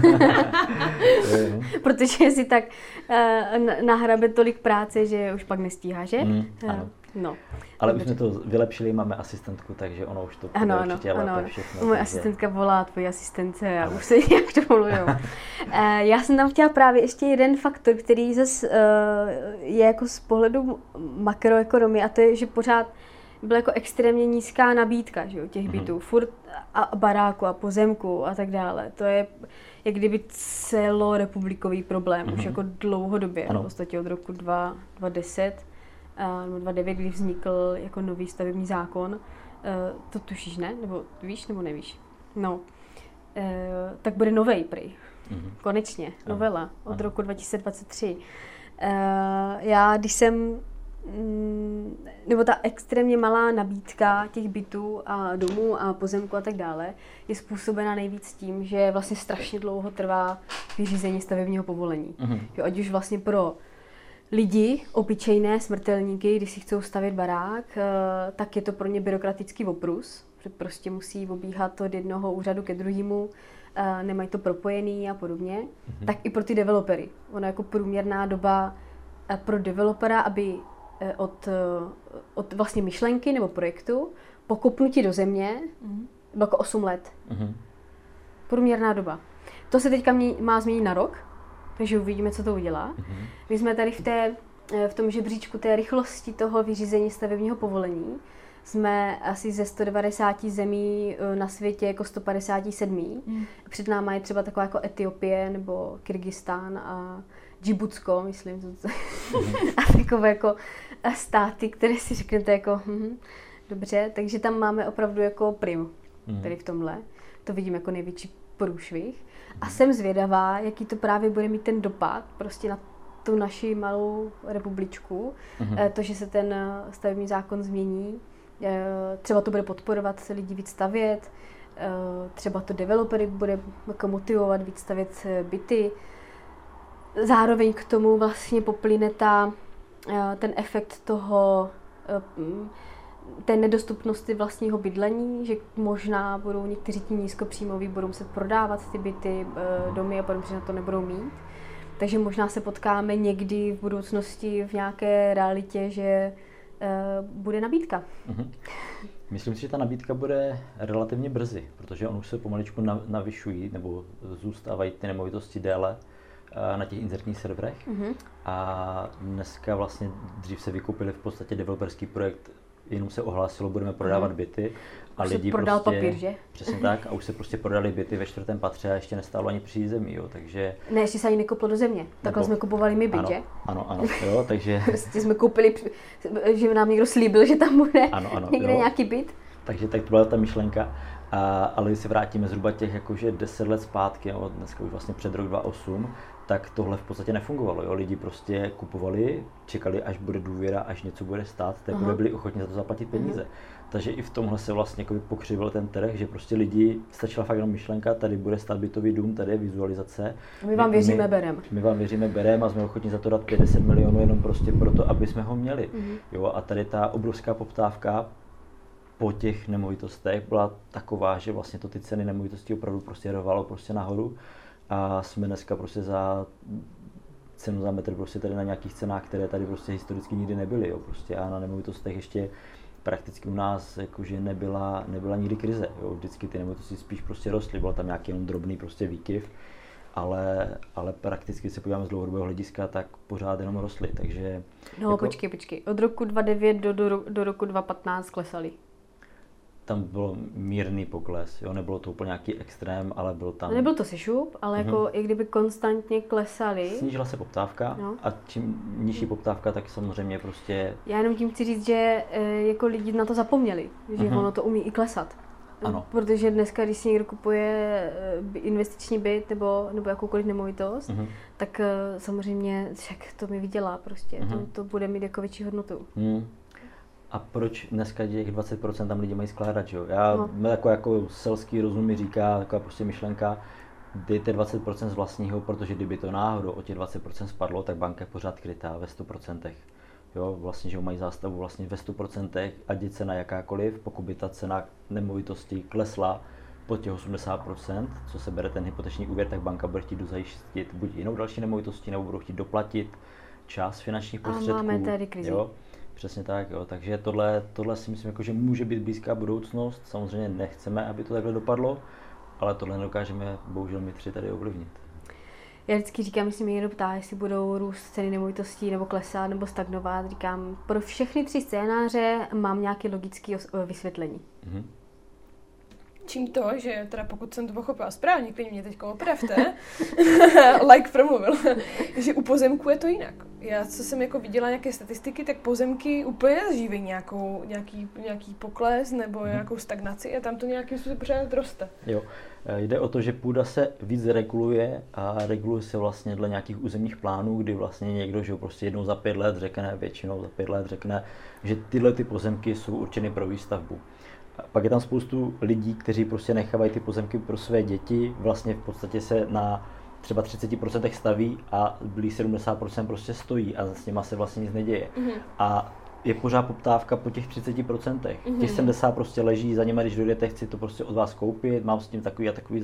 Speaker 1: Protože si tak nahrabe tolik práce, že už pak nestíhá, že?
Speaker 2: Ano.
Speaker 1: No.
Speaker 2: Ale už jsme to vylepšili, máme asistentku, takže ono už to bude určitě lépe všechno.
Speaker 1: Moje asistentka volá tvoji asistence a už se nějak domluvujou. Já jsem tam chtěla právě ještě jeden faktor, který zase je jako z pohledu makroekonomie, a to je, že pořád byla jako extrémně nízká nabídka, že jo, těch bytů, furt a baráku a pozemku a tak dále. To je jak kdyby celorepublikový problém, už jako dlouhodobě, v podstatě od roku 2010 nebo 2009, kdy vznikl jako nový stavební zákon. To tušíš, ne? Nebo víš, nebo nevíš? No. Tak bude novej prý. Konečně. Novela od roku 2023. Já, když jsem nebo ta extrémně malá nabídka těch bytů a domů a pozemku a tak dále je způsobena nejvíc tím, že vlastně strašně dlouho trvá vyřízení stavebního povolení. Jo, ať už vlastně pro lidi, obyčejné smrtelníky, když si chcou stavět barák, tak je to pro ně byrokratický oprus, že prostě musí obíhat od jednoho úřadu ke druhému, nemají to propojený a podobně. Tak i pro ty developery. Ona jako průměrná doba pro developera, aby od vlastně myšlenky nebo projektu po kopnutí do země bylo jako 8 let. Průměrná doba. To se teďka má změnit na rok, takže uvidíme, co to udělá. My jsme tady v tom žebříčku té rychlosti toho vyřízení stavebního povolení jsme asi ze 190 zemí na světě jako 157. Před náma je třeba taková jako Etiopie nebo Kyrgyzstán a Džibutsko, myslím. A takové jako státy, které si řeknete jako dobře, takže tam máme opravdu jako prim, tady v tomhle. To vidím jako největší průšvih. A jsem zvědavá, jaký to právě bude mít ten dopad prostě na tu naši malou republičku. To, že se ten stavební zákon změní. Třeba to bude podporovat se lidi víc stavět, třeba to developery bude jako motivovat víc stavět byty. Zároveň k tomu vlastně poplyne ten efekt toho, té nedostupnosti vlastního bydlení, že možná budou někteří ti nízkopříjmoví budou muset prodávat ty byty, domy a podobně, že na to nebudou mít. Takže možná se potkáme někdy v budoucnosti v nějaké realitě, že bude nabídka.
Speaker 2: Myslím si, že ta nabídka bude relativně brzy, protože on už se pomaličku navyšují nebo zůstávají ty nemovitosti déle na těch inzertních serverech. A dneska vlastně dřív se vykoupili v podstatě developerský projekt, jenom se ohlásilo, budeme prodávat byty a
Speaker 1: už
Speaker 2: lidi
Speaker 1: se prodal
Speaker 2: prostě,
Speaker 1: papír, že?
Speaker 2: Přesně tak, a už se prostě prodali byty ve 4. patře a ještě nestálo ani přízemí, jo, takže...
Speaker 1: Ne, ještě se ani nekoplo do země, takhle jsme kupovali my byt, že?
Speaker 2: Ano, jo, takže...
Speaker 1: Prostě jsme koupili, že nám někdo slíbil, že tam bude někde
Speaker 2: jo.
Speaker 1: nějaký byt.
Speaker 2: Takže tak to byla ta myšlenka, ale když se vrátíme zhruba těch jakože 10 let zpátky, no, dneska už vlastně před rok 2008, tak tohle v podstatě nefungovalo. Jo? Lidi prostě kupovali, čekali, až bude důvěra, až něco bude stát, tak byli ochotni za to zaplatit peníze. Takže i v tomhle se vlastně pokřivil ten trh, že prostě lidi, stačila fakt jenom myšlenka, tady bude stát bytový dům, tady je vizualizace.
Speaker 1: My vám věříme, berem.
Speaker 2: My vám věříme, berem a jsme ochotni za to dát 50 milionů jenom prostě proto, aby jsme ho měli. Jo? A tady ta obrovská poptávka po těch nemovitostech byla taková, že vlastně to ty ceny nemovitostí opravdu prostě rvalo prostě nahoru. A jsme dneska prostě za cenu za metr prostě tady na nějakých cenách, které tady prostě historicky nikdy nebyly, jo, prostě a na nemovitostech ještě prakticky u nás jakože nebyla nikdy krize, jo, vždycky ty nemovitosti spíš prostě rostly, byl tam nějaký jenom drobný prostě výkyv, ale prakticky se podíváme z dlouhodobého hlediska, tak pořád jenom rostly, takže...
Speaker 1: No jako... počkej, od roku 2009 do roku 2015 klesaly.
Speaker 2: Tam byl mírný pokles, jo, nebylo to úplně nějaký extrém, ale byl tam...
Speaker 1: Nebyl to sešup, ale jako i kdyby konstantně klesaly.
Speaker 2: Snížila se poptávka a čím nižší poptávka, tak samozřejmě prostě...
Speaker 1: Já jenom tím chci říct, že jako lidi na to zapomněli, že ono to umí i klesat.
Speaker 2: Ano.
Speaker 1: Protože dneska, když si někdo kupuje investiční byt nebo jakoukoliv nemovitost, tak samozřejmě však to mi vydělá prostě, to bude mít jako větší hodnotu.
Speaker 2: A proč dneska těch 20% tam lidi mají skládat, jo? Jako selský rozum mi říká, taková prostě myšlenka, dejte 20% z vlastního, protože kdyby to náhodou o těch 20% spadlo, tak banka je pořád krytá ve 100%. Jo, vlastně, že mají zástavu vlastně ve 100%, ať je cena jakákoliv, pokud by ta cena nemovitosti klesla pod těch 80%, co se bere ten hypoteční úvěr, tak banka bude chtít zajistit buď jinou další nemovitosti, nebo budou chtít doplatit část finančních prostředků.
Speaker 1: A máme tady krizi.
Speaker 2: Jo? Přesně tak, jo. Takže tohle si myslím, jako, že může být blízká budoucnost. Samozřejmě nechceme, aby to takhle dopadlo, ale tohle nedokážeme bohužel my tři tady ovlivnit.
Speaker 1: Já vždycky říkám, když se mě někdo ptá, jestli budou růst ceny nemovitostí, nebo klesat, nebo stagnovat, říkám, pro všechny 3 scénáře mám nějaké logické vysvětlení.
Speaker 3: Čím to, že teda pokud jsem to pochopila správně, klidně mě teď opravte, like promluvil, že u pozemku je to jinak. já, co jsem jako viděla nějaké statistiky, tak pozemky úplně nezažívají nějaký pokles nebo nějakou stagnaci a tam to nějakým způsobem pořád roste.
Speaker 2: Jo, jde o to, že půda se víc reguluje a reguluje se vlastně dle nějakých územních plánů, kdy vlastně někdo, že prostě jednou za 5 let řekne, většinou za 5 let řekne, že tyhle ty pozemky jsou určeny pro výstavbu. Pak je tam spoustu lidí, kteří prostě nechávají ty pozemky pro své děti, vlastně v podstatě se na třeba 30% staví a blíž 70% prostě stojí a s nima se vlastně nic neděje. A je pořád poptávka po těch 30%. Těch 70 prostě leží za nimi, když dojdete, chci to prostě od vás koupit, mám s tím takový a takový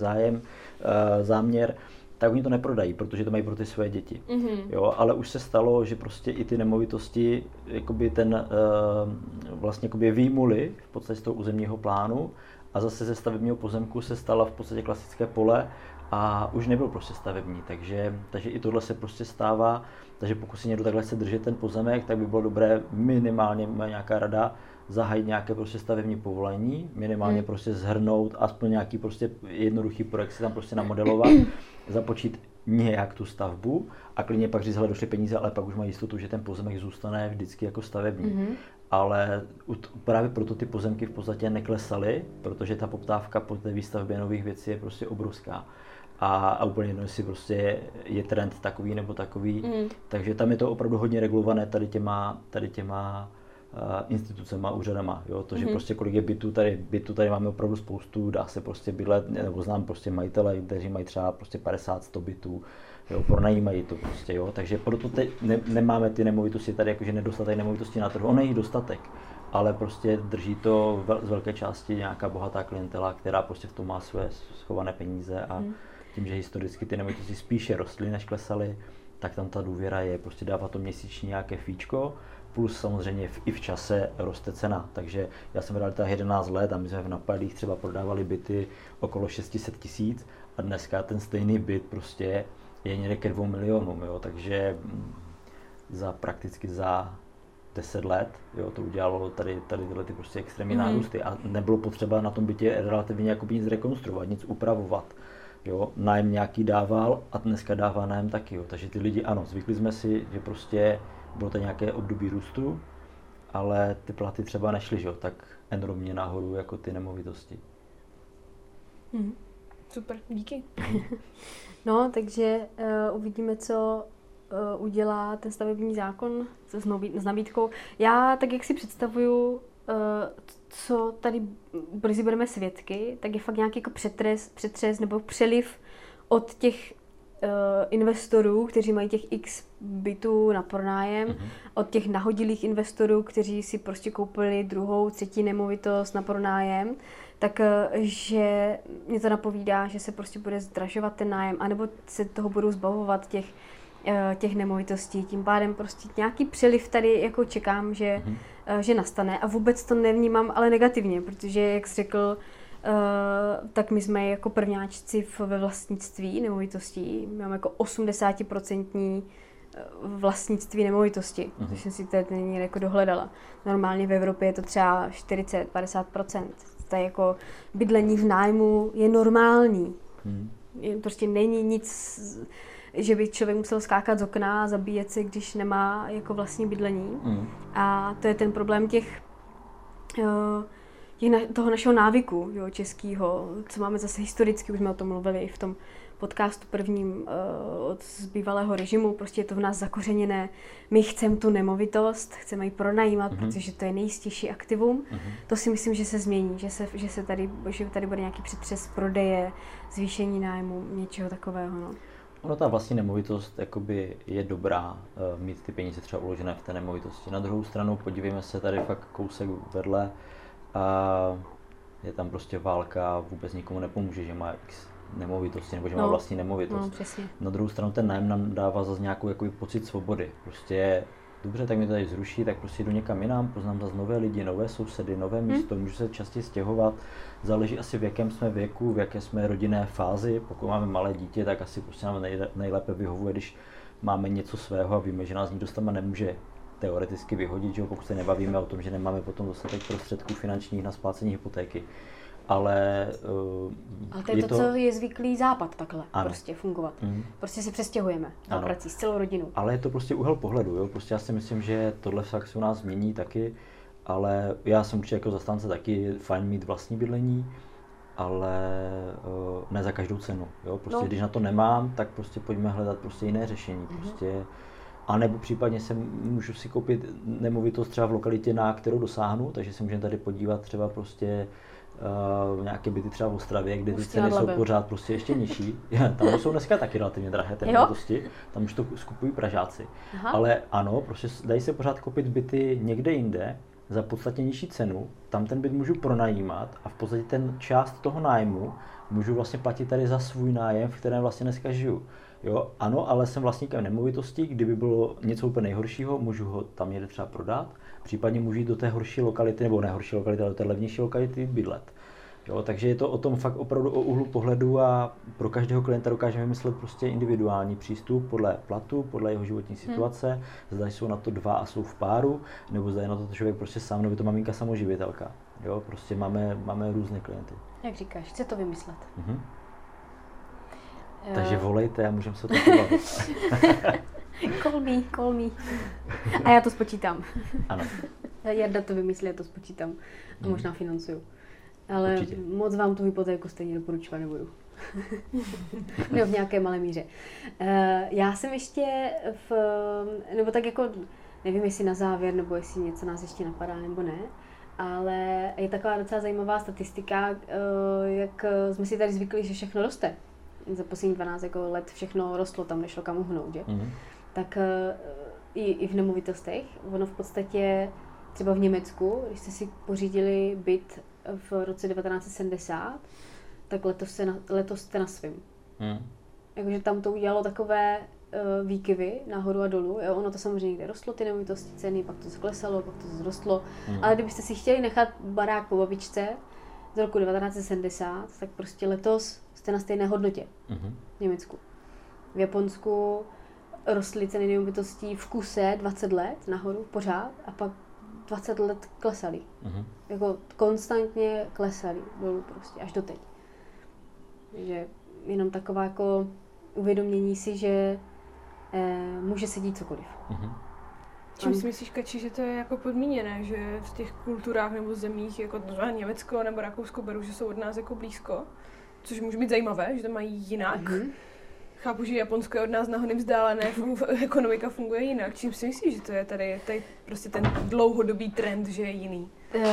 Speaker 2: záměr, tak oni to neprodají, protože to mají pro ty své děti. Jo, ale už se stalo, že prostě i ty nemovitosti jakoby vlastně jakoby vyjmuly v podstatě z toho územního plánu a zase ze stavebního pozemku se stala v podstatě klasické pole a už nebyl prostě stavební, takže i tohle se prostě stává, takže pokud si někdo takhle chce držet ten pozemek, tak by bylo dobré minimálně, nějaká rada, zahájit nějaké prostě stavební povolení, minimálně prostě zhrnout aspoň nějaký prostě jednoduchý projekt si tam prostě namodelovat, započít nějak tu stavbu a klidně pak říct, hele, došly peníze, ale pak už mají jistotu, že ten pozemek zůstane vždycky jako stavební. Ale právě proto ty pozemky v podstatě neklesaly, protože ta poptávka po té výstavbě nových věcí je prostě obrovská. A úplně jedno, jestli prostě je trend takový nebo takový. Takže tam je to opravdu hodně regulované tady těma institucema, úřadama. Jo? To, že prostě kolik je bytů tady máme opravdu spoustu, dá se prostě bydlet, nebo znám prostě majitele, kteří mají třeba prostě 50-100 bytů, jo? Pronajímají to prostě, jo? Takže proto nemáme ty nemovitosti tady, jakože nedostatek nemovitostí na trhu, on je jich dostatek, ale prostě drží to z velké části nějaká bohatá klientela, která prostě v tom má své schované peníze a tím, že historicky ty nemovitosti spíše rostly, než klesaly, tak tam ta důvěra je, prostě dává to měsíční nějaké fíčko, plus samozřejmě i v čase roste cena. Takže já jsem vydal 11 let a my jsme v Napadích třeba prodávali byty okolo 600 000 a dneska ten stejný byt prostě je někde ke 2 milionům, jo, takže prakticky za 10 let, jo, to udělalo tady tyhle ty prostě extrémní nárůsty a nebylo potřeba na tom bytě relativně jakoby nic rekonstruovat, nic upravovat. Jo, nájem nějaký dával a dneska dává nájem taky, jo. Takže ty lidi, ano, zvykli jsme si, že prostě bylo to nějaké období růstu, ale ty platy třeba nešly, že jo, tak enormně nahoru jako ty nemovitosti.
Speaker 3: Super, díky.
Speaker 1: No, takže uvidíme, co udělá ten stavební zákon s nabídkou. Já, tak jak si představuju, co tady brzy budeme svědky, tak je fakt nějaký jako přetřes nebo přeliv od těch investorů, kteří mají těch x bytů na pronájem, od těch nahodilých investorů, kteří si prostě koupili druhou, třetí nemovitost na pronájem, tak že mě to napovídá, že se prostě bude zdražovat ten nájem, anebo se toho budou zbavovat těch nemovitostí. Tím pádem prostě nějaký přeliv tady jako čekám, že nastane a vůbec to nevnímám ale negativně, protože jak jsi řekl, tak my jsme jako prvňáčci ve vlastnictví nemovitostí. My máme jako 80% vlastnictví nemovitosti, což jsem si tady někde jako dohledala. Normálně v Evropě je to třeba 40-50%. To je jako bydlení v nájmu je normální. Prostě není nic, že by člověk musel skákat z okna a zabíjet se, když nemá jako vlastní bydlení. A to je ten problém toho našeho návyku, jo, českýho, co máme zase historicky, už jsme o tom mluvili i v tom podcastu prvním z bývalého režimu, prostě je to v nás zakořeněné. My chceme tu nemovitost, chceme ji pronajímat, protože to je nejistější aktivum. To si myslím, že se změní, že tady bude nějaký přetřes prodeje, zvýšení nájmu, něčeho takového. No.
Speaker 2: Ono ta vlastní nemovitost jakoby je dobrá mít ty peníze třeba uložené v té nemovitosti. Na druhou stranu podívejme se tady fakt kousek vedle a je tam prostě válka, vůbec nikomu nepomůže, že má x nemovitosti nebo že má vlastní nemovitost. Na druhou stranu ten nájem nám dává zase nějakou jakoby pocit svobody. Prostě dobře, tak mi to tady zruší, tak prostě jdu někam jinam, poznám zase nové lidi, nové sousedy, nové místo, můžu se častěji stěhovat. Záleží asi v jakém jsme věku, v jaké jsme rodinné fázi. Pokud máme malé dítě, tak asi prostě nám nejlépe vyhovuje, když máme něco svého a víme, že nás nikdo tam nemůže teoreticky vyhodit, že pokud se nebavíme o tom, že nemáme potom dostatek prostředků finančních na splácení hypotéky. ale
Speaker 1: Ale to je to, co je zvyklý západ takhle
Speaker 2: ano.
Speaker 1: prostě fungovat. Prostě se přestěhujeme na prací s celou rodinou.
Speaker 2: Ale je to prostě úhel pohledu, jo? Prostě já si myslím, že tohle fakt se u nás změní taky, ale já jsem určitě jako zastánce taky fajn mít vlastní bydlení, ale ne za každou cenu, jo? Prostě když na to nemám, tak prostě pojďme hledat prostě jiné řešení, prostě. A nebo případně můžu si koupit nemovitost třeba v lokalitě, na kterou dosáhnu, takže se můžeme tady podívat třeba prostě nějaké byty třeba v Ostravě, kde ty ceny jsou pořád prostě ještě nižší. Tam jsou dneska taky relativně drahé ty nemovitosti, tam už to skupují Pražáci. Aha. Ale ano, prostě dají se pořád koupit byty někde jinde za podstatně nižší cenu, tam ten byt můžu pronajímat a v podstatě ten část toho nájmu můžu vlastně platit tady za svůj nájem, v kterém vlastně dneska žiju. Jo, ano, ale jsem vlastníkem nemovitosti, kdyby bylo něco úplně nejhoršího, můžu ho tam někde třeba prodat, případně můžu jít do té horší lokality, nebo ne horší lokality, ale do té levnější lokality bydlet. Jo, takže je to o tom fakt opravdu o úhlu pohledu a pro každého klienta dokážeme vymyslet prostě individuální přístup podle platu, podle jeho životní situace, zda jsou na to dva a jsou v páru, nebo zda je na to člověk prostě sám, nebo je to maminka samoživitelka. Jo, prostě máme různé klienty.
Speaker 1: Jak říkáš, chce to vymyslet.
Speaker 2: Takže volejte a můžeme se o tom pobavit.
Speaker 1: Call me. A já to spočítám.
Speaker 2: Ano.
Speaker 1: Jarda to vymyslí, já to spočítám. A možná financuju. Ale určitě. Moc vám tu hypotéku stejně doporučovat nebudu. Nebo v nějaké malé míře. Já jsem ještě nebo tak jako, nevím jestli na závěr, nebo jestli něco nás ještě napadá, nebo ne, ale je taková docela zajímavá statistika, jak jsme si tady zvykli, že všechno roste. Za poslední 12 jako let všechno rostlo, tam nešlo kam uhnout, že? Tak i v nemovitostech, ono v podstatě třeba v Německu, když jste si pořídili byt v roce 1970, tak letos jste na svým. Jakože tam to udělalo takové výkyvy nahoru a dolů. Jo? Ono to samozřejmě někde rostlo, ty nemovitosti ceny, pak to sklesalo, pak to zrostlo. Ale kdybyste si chtěli nechat barák po babičce z roku 1970, tak prostě letos jste na stejné hodnotě v Německu. V Japonsku rostly ceny nemovitostí v kuse 20 let nahoru pořád a pak 20 let klesaly. Jako konstantně klesaly dolů prostě až doteď. Takže jenom taková jako uvědomění si, že může se dít cokoliv.
Speaker 3: Čím si myslíš, Kači, že to je jako podmíněné, že v těch kulturách nebo zemích, jako Německo nebo Rakousko, beru, že jsou od nás jako blízko, což může být zajímavé, že to mají jinak. Chápu, že Japonsko je od nás nahony vzdálené, ekonomika funguje jinak. Čím si myslíš, že to je tady prostě ten dlouhodobý trend, že je jiný?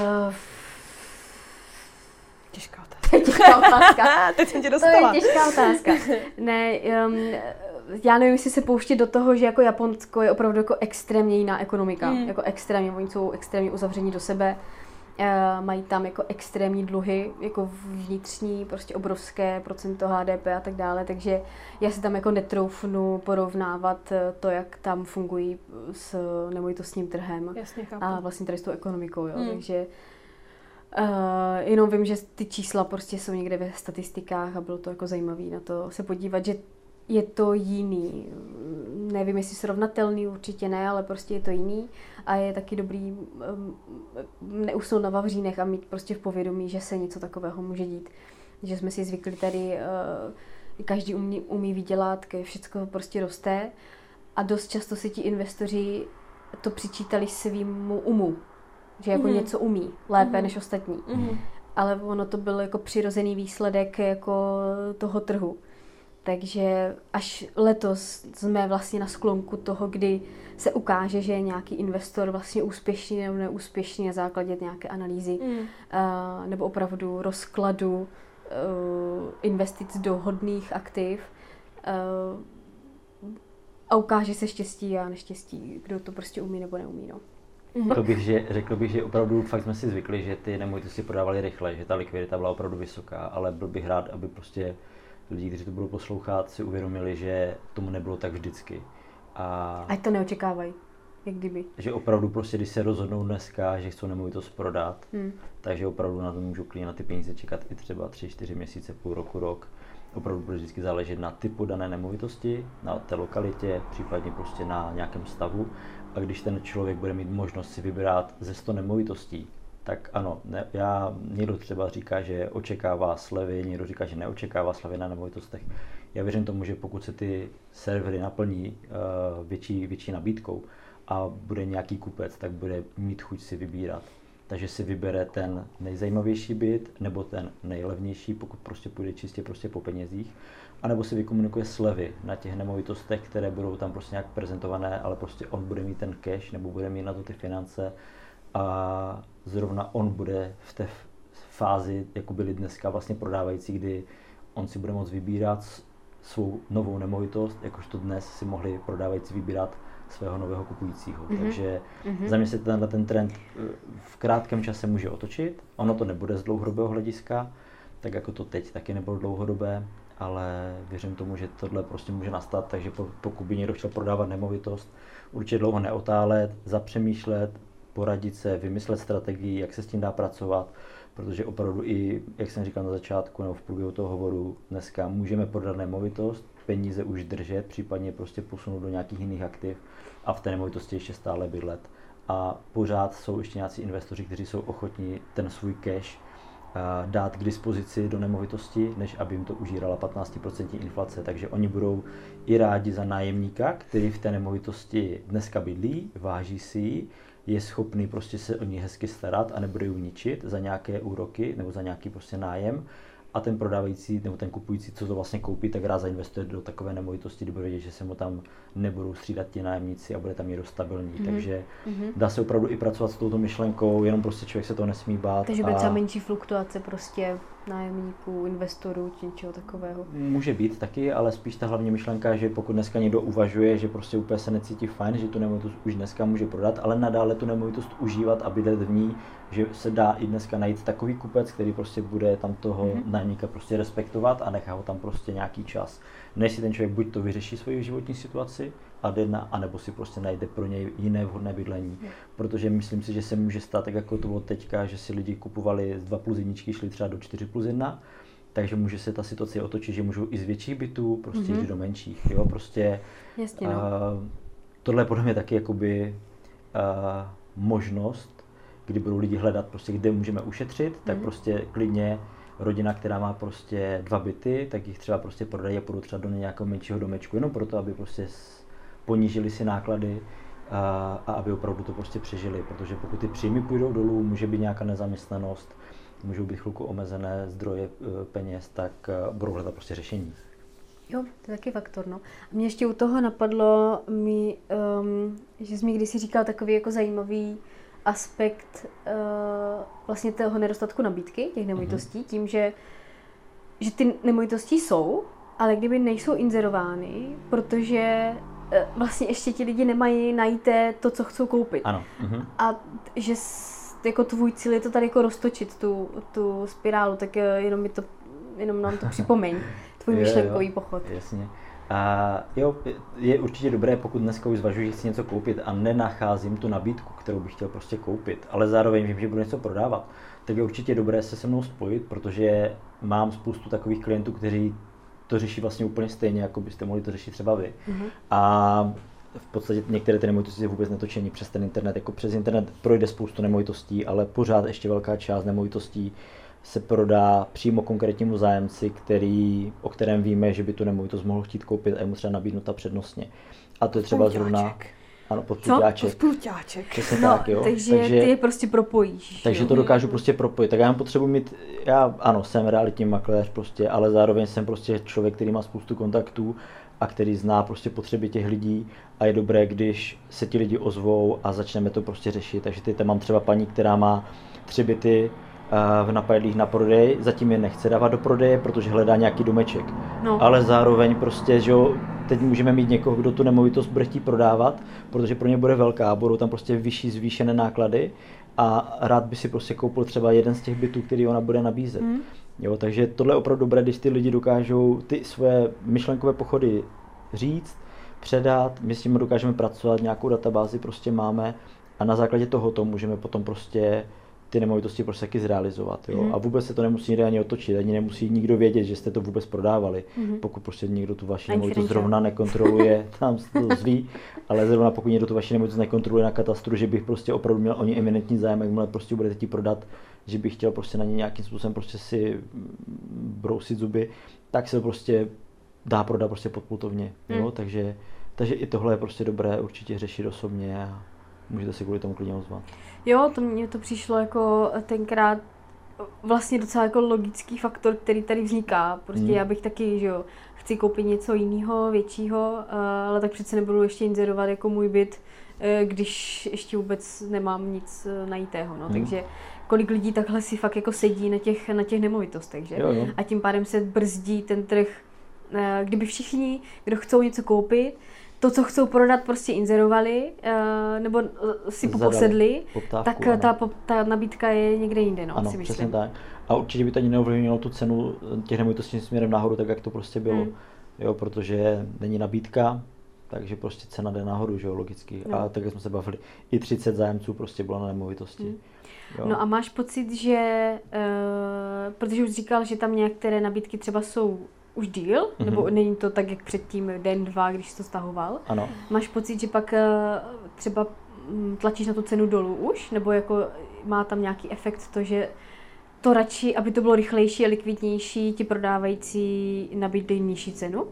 Speaker 3: Těžká otázka. Teď jsem tě dostala.
Speaker 1: To je těžká otázka. Ne, já nevím, jestli se pouštět do toho, že jako Japonsko je opravdu jako extrémně jiná ekonomika. Jako extrémně, oni jsou extrémně uzavření do sebe. Mají tam jako extrémní dluhy, jako vnitřní, prostě obrovské procento HDP a tak dále, takže já si tam jako netroufnu porovnávat to, jak tam fungují s nemovitostním trhem.
Speaker 3: Jasně, chápu.
Speaker 1: A vlastně tady s tou ekonomikou, jo, takže jenom vím, že ty čísla prostě jsou někde ve statistikách a bylo to jako zajímavé na to se podívat, že je to jiný. Nevím, jestli srovnatelný, určitě ne, ale prostě je to jiný a je taky dobrý neusnout na vavřínech a mít prostě v povědomí, že se něco takového může dít. Že jsme si zvykli tady, každý umí vydělat, všechno prostě roste a dost často si ti investoři to přičítali svýmu umu, že jako něco umí lépe než ostatní. Ale ono to byl jako přirozený výsledek jako toho trhu. Takže až letos jsme vlastně na sklonku toho, kdy se ukáže, že je nějaký investor vlastně úspěšný nebo neúspěšný na základě nějaké analýzy nebo opravdu rozkladu investic do hodných aktiv a ukáže se štěstí a neštěstí, kdo to prostě umí nebo neumí. No.
Speaker 2: Řekl bych, že opravdu fakt jsme si zvykli, že ty nemovitosti prodávaly rychle, že ta likvidita byla opravdu vysoká, ale byl bych rád, aby prostě lidi, kteří to budou poslouchat, si uvědomili, že tomu nebylo tak vždycky.
Speaker 1: Ať to neočekávají, jak kdyby.
Speaker 2: Že opravdu prostě, když se rozhodnou dneska, že chcou nemovitost prodat, takže opravdu na to můžou klidně na ty peníze čekat i třeba 3-4 měsíce, půl roku, rok. Opravdu bude vždycky záležet na typu dané nemovitosti, na té lokalitě, případně prostě na nějakém stavu. A když ten člověk bude mít možnost si vybrat ze 100 nemovitostí tak ano, někdo třeba říká, že očekává slevy, někdo říká, že neočekává slevy na nemovitostech. Já věřím tomu, že pokud se ty servery naplní větší nabídkou a bude nějaký kupec, tak bude mít chuť si vybírat. Takže si vybere ten nejzajímavější byt nebo ten nejlevnější, pokud prostě půjde čistě prostě po penězích, anebo si vykomunikuje slevy na těch nemovitostech, které budou tam prostě nějak prezentované, ale prostě on bude mít ten cash nebo bude mít na to ty finance a zrovna on bude v té fázi, jako byli dneska vlastně prodávající, kdy on si bude moct vybírat svou novou nemovitost, jakožto dnes si mohli prodávající vybírat svého nového kupujícího. Takže za mě se ten trend v krátkém čase může otočit. Ono to nebude z dlouhodobého hlediska, tak jako to teď taky nebylo dlouhodobé, ale věřím tomu, že tohle prostě může nastat, takže pokud by někdo chtěl prodávat nemovitost, určitě dlouho neotálet, zapřemýšlet, poradit se, vymyslet strategii, jak se s tím dá pracovat, protože opravdu i, jak jsem říkal na začátku nebo v průběhu toho hovoru, dneska můžeme prodat nemovitost, peníze už držet, případně prostě posunout do nějakých jiných aktiv a v té nemovitosti ještě stále bydlet. A pořád jsou ještě nějací investoři, kteří jsou ochotní ten svůj cash dát k dispozici do nemovitosti, než aby jim to užírala 15% inflace. Takže oni budou i rádi za nájemníka, který v té nemovitosti dneska bydlí, váží si ji, je schopný prostě se o ní hezky starat a nebude ji ničit za nějaké úroky nebo za nějaký prostě nájem. A ten prodávající nebo ten kupující, co to vlastně koupí, tak rád zainvestuje do takové nemovitosti, kdy bude vědět, že se mu tam nebudou střídat ti nájemníci a bude tam někdo stabilní. Takže dá se opravdu i pracovat s touto myšlenkou, jenom prostě člověk se toho nesmí bát.
Speaker 1: Takže bude třeba menší fluktuace prostě nájemníků, investorů, či něčeho takového.
Speaker 2: Může být taky, ale spíš ta hlavní myšlenka, že pokud dneska někdo uvažuje, že prostě úplně se necítí fajn, že tu nemovitost už dneska může prodat, ale nadále tu nemovitost užívat a bydlet v ní, že se dá i dneska najít takový kupec, který prostě bude tam toho nájemníka prostě respektovat a nechá ho tam prostě nějaký čas. Než si ten člověk buď to vyřeší svoji životní situaci a jde anebo si prostě najde pro něj jiné vhodné bydlení. Protože myslím si, že se může stát tak jako to bylo teďka, že si lidi kupovali z 2+1, šli třeba do 4+1, takže může se ta situace otočit, že můžou i z větších bytů prostě jít do menších. Jo? Prostě,
Speaker 1: jasně, no.
Speaker 2: Tohle je podle mě taky jakoby možnost, kdy budou lidi hledat prostě, kde můžeme ušetřit, tak prostě klidně rodina, která má prostě 2 byty, tak jich třeba prostě prodají a půjdou třeba do nějakého menšího domečku, jenom proto, aby prostě ponížili si náklady a aby opravdu to prostě přežili, protože pokud ty příjmy půjdou dolů, může být nějaká nezaměstnanost, můžou být chvilku omezené zdroje peněz, tak budou hledat prostě řešení.
Speaker 1: Jo, to je taky faktor, no. A mě ještě u toho napadlo, že jsi mi kdysi říkal takový jako zajímavý aspekt vlastně toho nedostatku nabídky těch nemovitostí, tím, že ty nemovitosti jsou, ale kdyby nejsou inzerovány, protože vlastně ještě ti lidi nemají najít to, co chcou koupit.
Speaker 2: Ano.
Speaker 1: A že jako tvůj cíl je to tady jako roztočit tu spirálu, tak jenom nám to připomeň, tvůj myšlenkový pochod.
Speaker 2: Jasně. Jo, je určitě dobré, pokud dneska už zvažuji, že chci něco koupit a nenacházím tu nabídku, kterou bych chtěl prostě koupit, ale zároveň vím, že budu něco prodávat, tak je určitě dobré se mnou spojit, protože mám spoustu takových klientů, kteří to řeší vlastně úplně stejně, jako byste mohli to řešit třeba vy. A v podstatě některé ty nemovitosti jsou vůbec netočení přes ten internet, jako přes internet projde spoustu nemovitostí, ale pořád ještě velká část nemovitostí se prodá přímo konkrétnímu zájemci, o kterém víme, že by tu nemovitost mohl chtít koupit a je mu třeba nabídnuta přednostně. A to je třeba zrovna... Ano,
Speaker 3: podpluťáček.
Speaker 1: No, tak, jo. Takže ty je prostě propojíš.
Speaker 2: Takže to dokážu prostě propojit. Tak já potřebuji mít, ano, jsem realitní makléř prostě, ale zároveň jsem prostě člověk, který má spoustu kontaktů a který zná prostě potřeby těch lidí a je dobré, když se ti lidi ozvou a začneme to prostě řešit. Takže teď tam mám třeba paní, která má 3 byty v napadlých na prodej, zatím je nechce dávat do prodeje, protože hledá nějaký domeček. No. Ale zároveň prostě, že jo, teď můžeme mít někoho, kdo tu nemovitost bude chtít prodávat, protože pro ně bude velká, budou tam prostě vyšší zvýšené náklady a rád by si prostě koupil třeba jeden z těch bytů, který ona bude nabízet. Jo, takže tohle je opravdu dobré, když ty lidi dokážou ty svoje myšlenkové pochody říct, předat, my s tím dokážeme pracovat, nějakou databázi prostě máme a na základě tohoto můžeme potom prostě ty nemovitosti prostě taky zrealizovat. Jo? A vůbec se to nemusí nikde ani otočit, ani nemusí nikdo vědět, že jste to vůbec prodávali. Pokud prostě někdo tu vaši nemovitost zrovna nekontroluje, tam se to zví, ale zrovna pokud někdo tu vaši nemovitost nekontroluje na katastru, že bych prostě opravdu měl o ně eminentní zájem, jakmile prostě budete chtít prodat, že bych chtěl prostě na ně nějakým způsobem prostě si brousit zuby, tak se to prostě dá prodat prostě podpultovně. Jo? Takže i tohle je prostě dobré určitě řešit osobně a můžete si kvůli tomu klidně ozvat.
Speaker 1: Jo, mně to přišlo jako tenkrát vlastně docela jako logický faktor, který tady vzniká. Prostě já bych taky, že jo, chci koupit něco jiného, většího, ale tak přece nebudu ještě inzerovat jako můj byt, když ještě vůbec nemám nic najítého, no. Takže kolik lidí takhle si fakt jako sedí na těch nemovitostech, že?
Speaker 2: Jo.
Speaker 1: A tím pádem se brzdí ten trh, kdyby všichni, kdo chcou něco koupit, to, co chcou prodat, prostě inzerovali, nebo si poposedli, tak ta nabídka je někde jinde, no,
Speaker 2: ano,
Speaker 1: si myslím.
Speaker 2: Přesně tak. A určitě by to ani neovlivnilo tu cenu těch nemovitostí směrem nahoru, tak jak to prostě bylo. Jo, protože není nabídka, takže prostě cena jde nahoru, že jo, logicky. No. A tak, jak jsme se bavili, i 30 zájemců prostě bylo na nemovitosti. Jo.
Speaker 1: No a máš pocit, že, protože už říkal, že tam některé nabídky třeba jsou už díl, nebo není to tak, jak předtím den, dva, když jsi to stahoval?
Speaker 2: Ano.
Speaker 1: Máš pocit, že pak třeba tlačíš na tu cenu dolů už? Nebo jako má tam nějaký efekt to, že to radši, aby to bylo rychlejší a likvidnější, ti prodávající nabídli nižší cenu?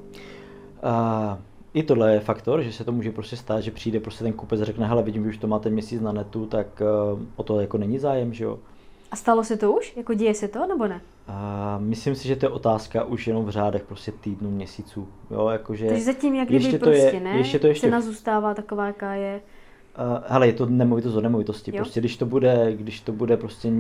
Speaker 2: I tohle je faktor, že se to může prostě stát, že přijde prostě ten kupec a řekne, hele, vidím, že už to máte měsíc na netu, tak o to jako není zájem, že jo?
Speaker 1: A stalo se to už? Jako děje se to, nebo ne?
Speaker 2: Myslím si, že to je otázka už jenom v řádech prostě týdnů, měsíců. Jo, jakože,
Speaker 1: takže zatím jak kdyby prostě ne,
Speaker 2: ještě
Speaker 1: cena zůstává taková, jaká je.
Speaker 2: Hele, je to nemovitost od nemovitosti. Prostě když to bude prostě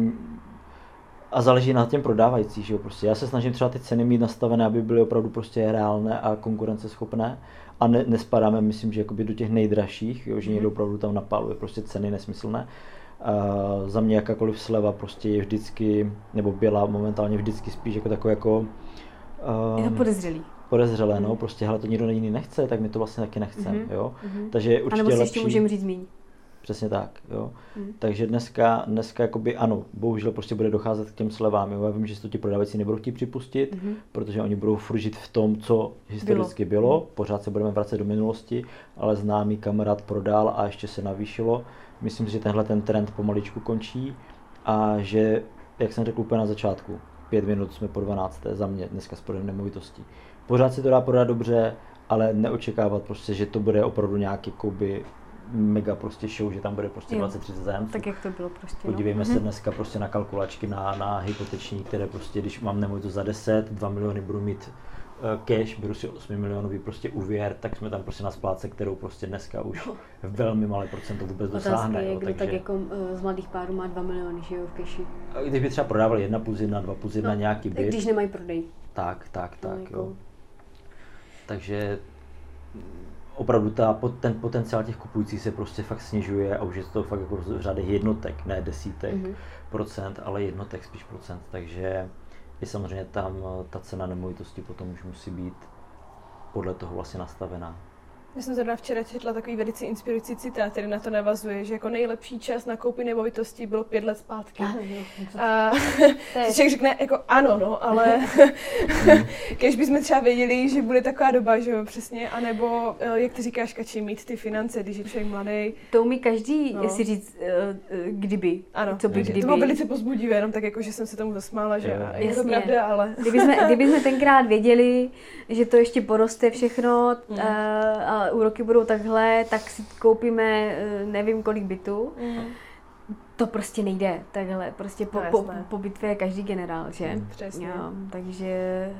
Speaker 2: a záleží na těm prodávající, že jo, prostě. Já se snažím třeba ty ceny mít nastavené, aby byly opravdu prostě reálné a konkurenceschopné a nespadáme, myslím, že jakoby do těch nejdražších, jo, že někdo opravdu tam napáluje prostě ceny nesmyslné. Za mě jakákoliv sleva prostě je vždycky, nebo byla momentálně vždycky spíš jako takové jako...
Speaker 1: je to podezřelý.
Speaker 2: Podezřelé, no, prostě hele, to nikdo jiný nechce, tak my to vlastně taky nechceme, jo. Takže je určitě
Speaker 1: lepší. A nebo si
Speaker 2: lepší...
Speaker 1: ještě můžeme říct míň.
Speaker 2: Přesně tak, jo. Takže dneska jakoby ano, bohužel prostě bude docházet k těm slevám, jo. Já vím, že si to ti prodávající nebudou chtít připustit, protože oni budou furt žít v tom, co historicky bylo. Pořád se budeme vracet do minulosti, ale známý kamarád prodal a ještě se navýšilo. Myslím si, že tenhle ten trend pomaličku končí a že, jak jsem řekl úplně na začátku, 5 minut jsme po 12. za mě dneska s prodejem nemovitostí. Pořád se to dá prodat dobře, ale neočekávat prostě, že to bude opravdu nějaký jakoby mega prostě show, že tam bude prostě 20-30 zájemců.
Speaker 1: Tak jak to bylo prostě.
Speaker 2: Podívejme se dneska prostě na kalkulačky, na hypoteční, které prostě, když mám nemovitost za 10, 2 miliony budu mít cash, beru si 8 milionový prostě úvěr, tak jsme tam prostě na splátce, kterou prostě dneska už velmi malé procento vůbec dosáhne.
Speaker 1: Otázka je, kdo tak jako z mladých párů má 2 miliony, že jo, v cashi.
Speaker 2: Když by třeba prodávali 1+1, 2+1 nějaký byt.
Speaker 1: Když nemají prodej.
Speaker 2: Tak, jo. Takže opravdu ten potenciál těch kupujících se prostě fakt snižuje a už je to fakt jako v řádech jednotek, ne desítek procent, ale jednotek spíš procent, takže i samozřejmě tam ta cena nemovitosti potom už musí být podle toho vlastně nastavená.
Speaker 3: Já jsem zrovna včera četla takový velice inspirující citát, který na to navazuje, že jako nejlepší čas na koupi nemovitosti bylo 5 let zpátky. A člověk řekne jako ano, no, ale když bychom třeba věděli, že bude taková doba, že jo, přesně, anebo jak ty říkáš, Kači, mít ty finance, když je člověk mladý.
Speaker 1: To umí každý si říct, kdyby.
Speaker 3: Ano,
Speaker 1: co by kdyby.
Speaker 3: To bylo velice povzbudivé, jenom tak jako, že jsem se tomu zasmála, že je to pravda, ale...
Speaker 1: Kdybychom tenkrát věděli, že to ještě poroste všechno, a úroky budou takhle, tak si koupíme nevím kolik bytů. To prostě nejde takhle, prostě po bitvě je každý generál, že?
Speaker 3: Přesně.
Speaker 1: Jo, takže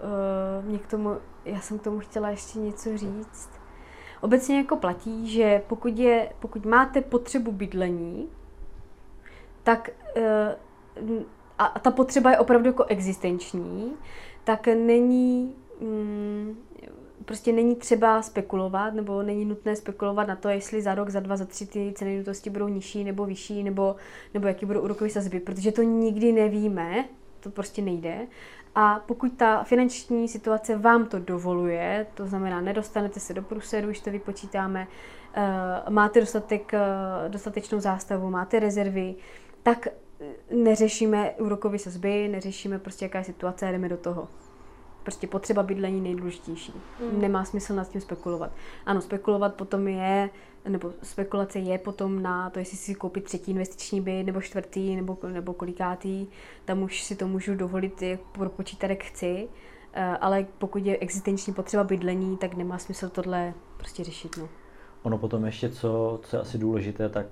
Speaker 1: já jsem k tomu chtěla ještě něco říct. Obecně jako platí, že pokud máte potřebu bydlení, tak a ta potřeba je opravdu jako existenční, tak prostě není třeba spekulovat, nebo není nutné spekulovat na to, jestli za rok, za 2, za 3 ty ceny nemovitosti budou nižší nebo vyšší, nebo jaký budou úrokové sazby, protože to nikdy nevíme, to prostě nejde. A pokud ta finanční situace vám to dovoluje, to znamená, nedostanete se do průseru, když to vypočítáme, máte dostatečnou zástavu, máte rezervy, tak neřešíme úrokové sazby, neřešíme prostě jaká je situace a jdeme do toho. Prostě potřeba bydlení nejdůležitější. Nemá smysl nad tím spekulovat. Ano, spekulovat potom je, nebo spekulace je potom na to, jestli si koupit 3. investiční byt, nebo 4. nebo kolikátý. Tam už si to můžu dovolit propočítat, jak chci. Ale pokud je existenční potřeba bydlení, tak nemá smysl tohle prostě řešit. No.
Speaker 2: Ono potom ještě, co je asi důležité, tak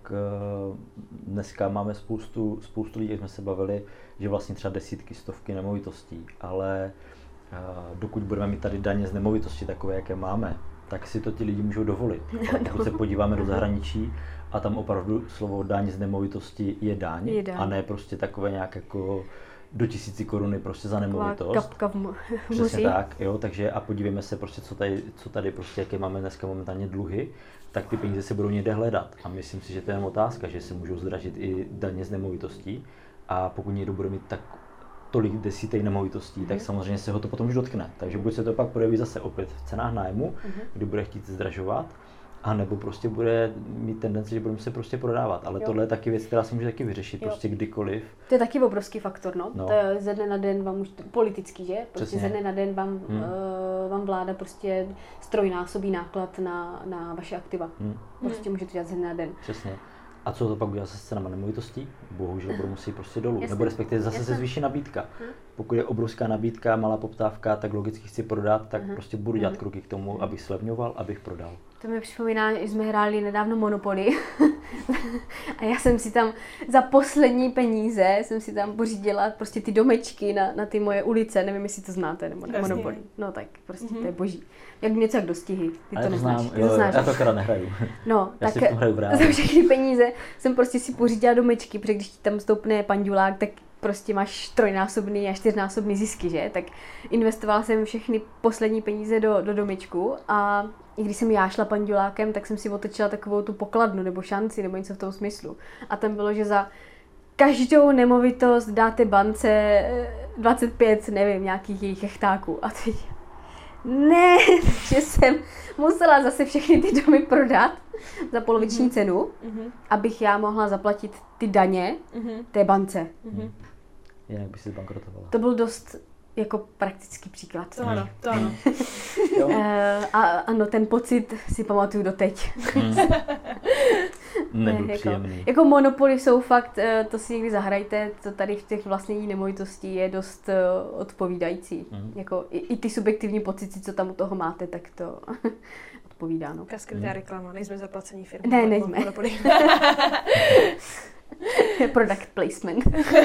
Speaker 2: dneska máme spoustu lidí, jsme se bavili, že vlastně třeba desítky, stovky nemovitostí, ale dokud budeme mít tady daně z nemovitosti takové, jaké máme, tak si to ti lidi můžou dovolit. Pokud se podíváme do zahraničí a tam opravdu slovo daň z nemovitosti je daň, a ne prostě takové nějak jako do 1000 koruny prostě za nemovitost.
Speaker 1: Kapka v moři.
Speaker 2: Přesně tak, jo, takže a podívejme se prostě, co tady prostě, jaké máme dneska momentálně dluhy, tak ty peníze se budou někde hledat. A myslím si, že to je otázka, že se můžou zdražit i daně z nemovitostí a pokud někdo bude mít tak tolik desítek nemovitostí, tak samozřejmě se ho to potom už dotkne. Takže buď se to pak projeví zase opět v cenách nájmu, kdy bude chtít zdražovat, a nebo prostě bude mít tendenci, že bude se prostě prodávat. Ale tohle je taky věc, která se může taky vyřešit prostě kdykoliv.
Speaker 1: To je taky obrovský faktor, no. To je ze dne na den vám už politický, že? Prostě
Speaker 2: přesně.
Speaker 1: Ze dne na den vám vláda prostě strojnásobí náklad na vaše aktiva. Prostě můžete dělat ze dne na den.
Speaker 2: Přesně. A co to pak udělá se cenama nemovitostí? Bohužel budou muset prostě dolů.
Speaker 1: Jasně.
Speaker 2: Nebo respektive zase se zvýší nabídka. Pokud je obrovská nabídka, malá poptávka, tak logicky chci prodat, tak prostě budu dělat kroky k tomu, abych slevňoval, abych prodal.
Speaker 1: To mi připomíná, že jsme hráli nedávno Monopoly a já jsem si tam za poslední peníze jsem si tam pořídila prostě ty domečky na ty moje ulice, nevím, jestli to znáte, nebo na Monopoly. No tak prostě to je boží. Jak něco jak Dostihy, ty to neznáš.
Speaker 2: Já to teda nehraju.
Speaker 1: No,
Speaker 2: já
Speaker 1: tak
Speaker 2: si v tom hraju v reálu.
Speaker 1: za všechny peníze jsem prostě si pořídila domečky, protože když ti tam stoupne pandulák, tak prostě máš 3násobný a 4násobný zisky, že? Tak investovala jsem všechny poslední peníze do domečku a i když jsem já šla pandulákem, tak jsem si otočila takovou tu pokladnu nebo šanci nebo něco v tom smyslu. A tam bylo, že za každou nemovitost dáte bance 25, nevím, nějakých jejich hechtáků. A teď ne, že jsem musela zase všechny ty domy prodat za poloviční cenu, abych já mohla zaplatit ty daně té bance.
Speaker 2: Jinak by si zbankrotovala.
Speaker 1: To byl dost jako praktický příklad.
Speaker 3: To ano, to ano.
Speaker 1: A ano, ten pocit si pamatuju doteď.
Speaker 2: Nebyl příjemný.
Speaker 1: Jako Monopoly jsou fakt, to si někdy zahrajte, to tady v těch vlastnění nemovitostí je dost odpovídající. Jako i ty subjektivní pocity, co tam u toho máte, tak to odpovídá. No.
Speaker 3: Skrytá reklama, nejsme zaplacení firmy.
Speaker 1: Ne, nejsme. Product placement.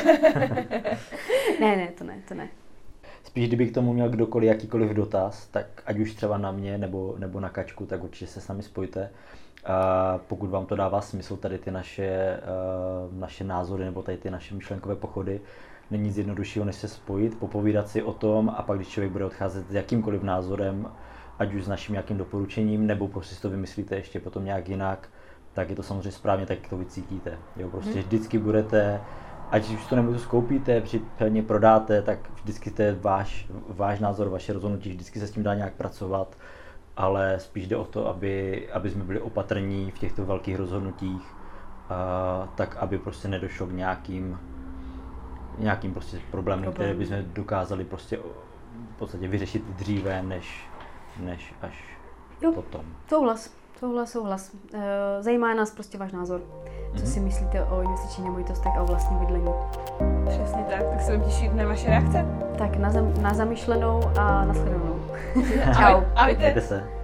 Speaker 1: ne, to ne.
Speaker 2: Spíš, kdyby k tomu měl kdokoliv jakýkoliv dotaz, tak ať už třeba na mě nebo na Kačku, tak určitě se s námi spojte. A pokud vám to dává smysl, tady ty naše názory nebo tady ty naše myšlenkové pochody, není nic jednoduššího, než se spojit, popovídat si o tom a pak, když člověk bude odcházet s jakýmkoliv názorem, ať už s naším nějakým doporučením, nebo prostě si to vymyslíte ještě potom nějak jinak, tak je to samozřejmě správně tak, jak to vycítíte. Jo, prostě vždycky budete, ať už to nemovitost koupíte, případně prodáte, tak vždycky to je váš názor, vaše rozhodnutí, vždycky se s tím dá nějak pracovat, ale spíš jde o to, aby jsme byli opatrní v těchto velkých rozhodnutích, tak aby prostě nedošlo k nějakým prostě problémům, které bychom dokázali prostě v podstatě vyřešit dříve, než až potom.
Speaker 1: Souhlas. Zajímá nás prostě váš názor. Co si myslíte o investičních nemovitostech a o vlastním bydlení?
Speaker 3: Přesně tak se vám těším na vaše reakce.
Speaker 1: Tak na zamyšlenou a nashledanou.
Speaker 3: Čau.
Speaker 2: Mějte se.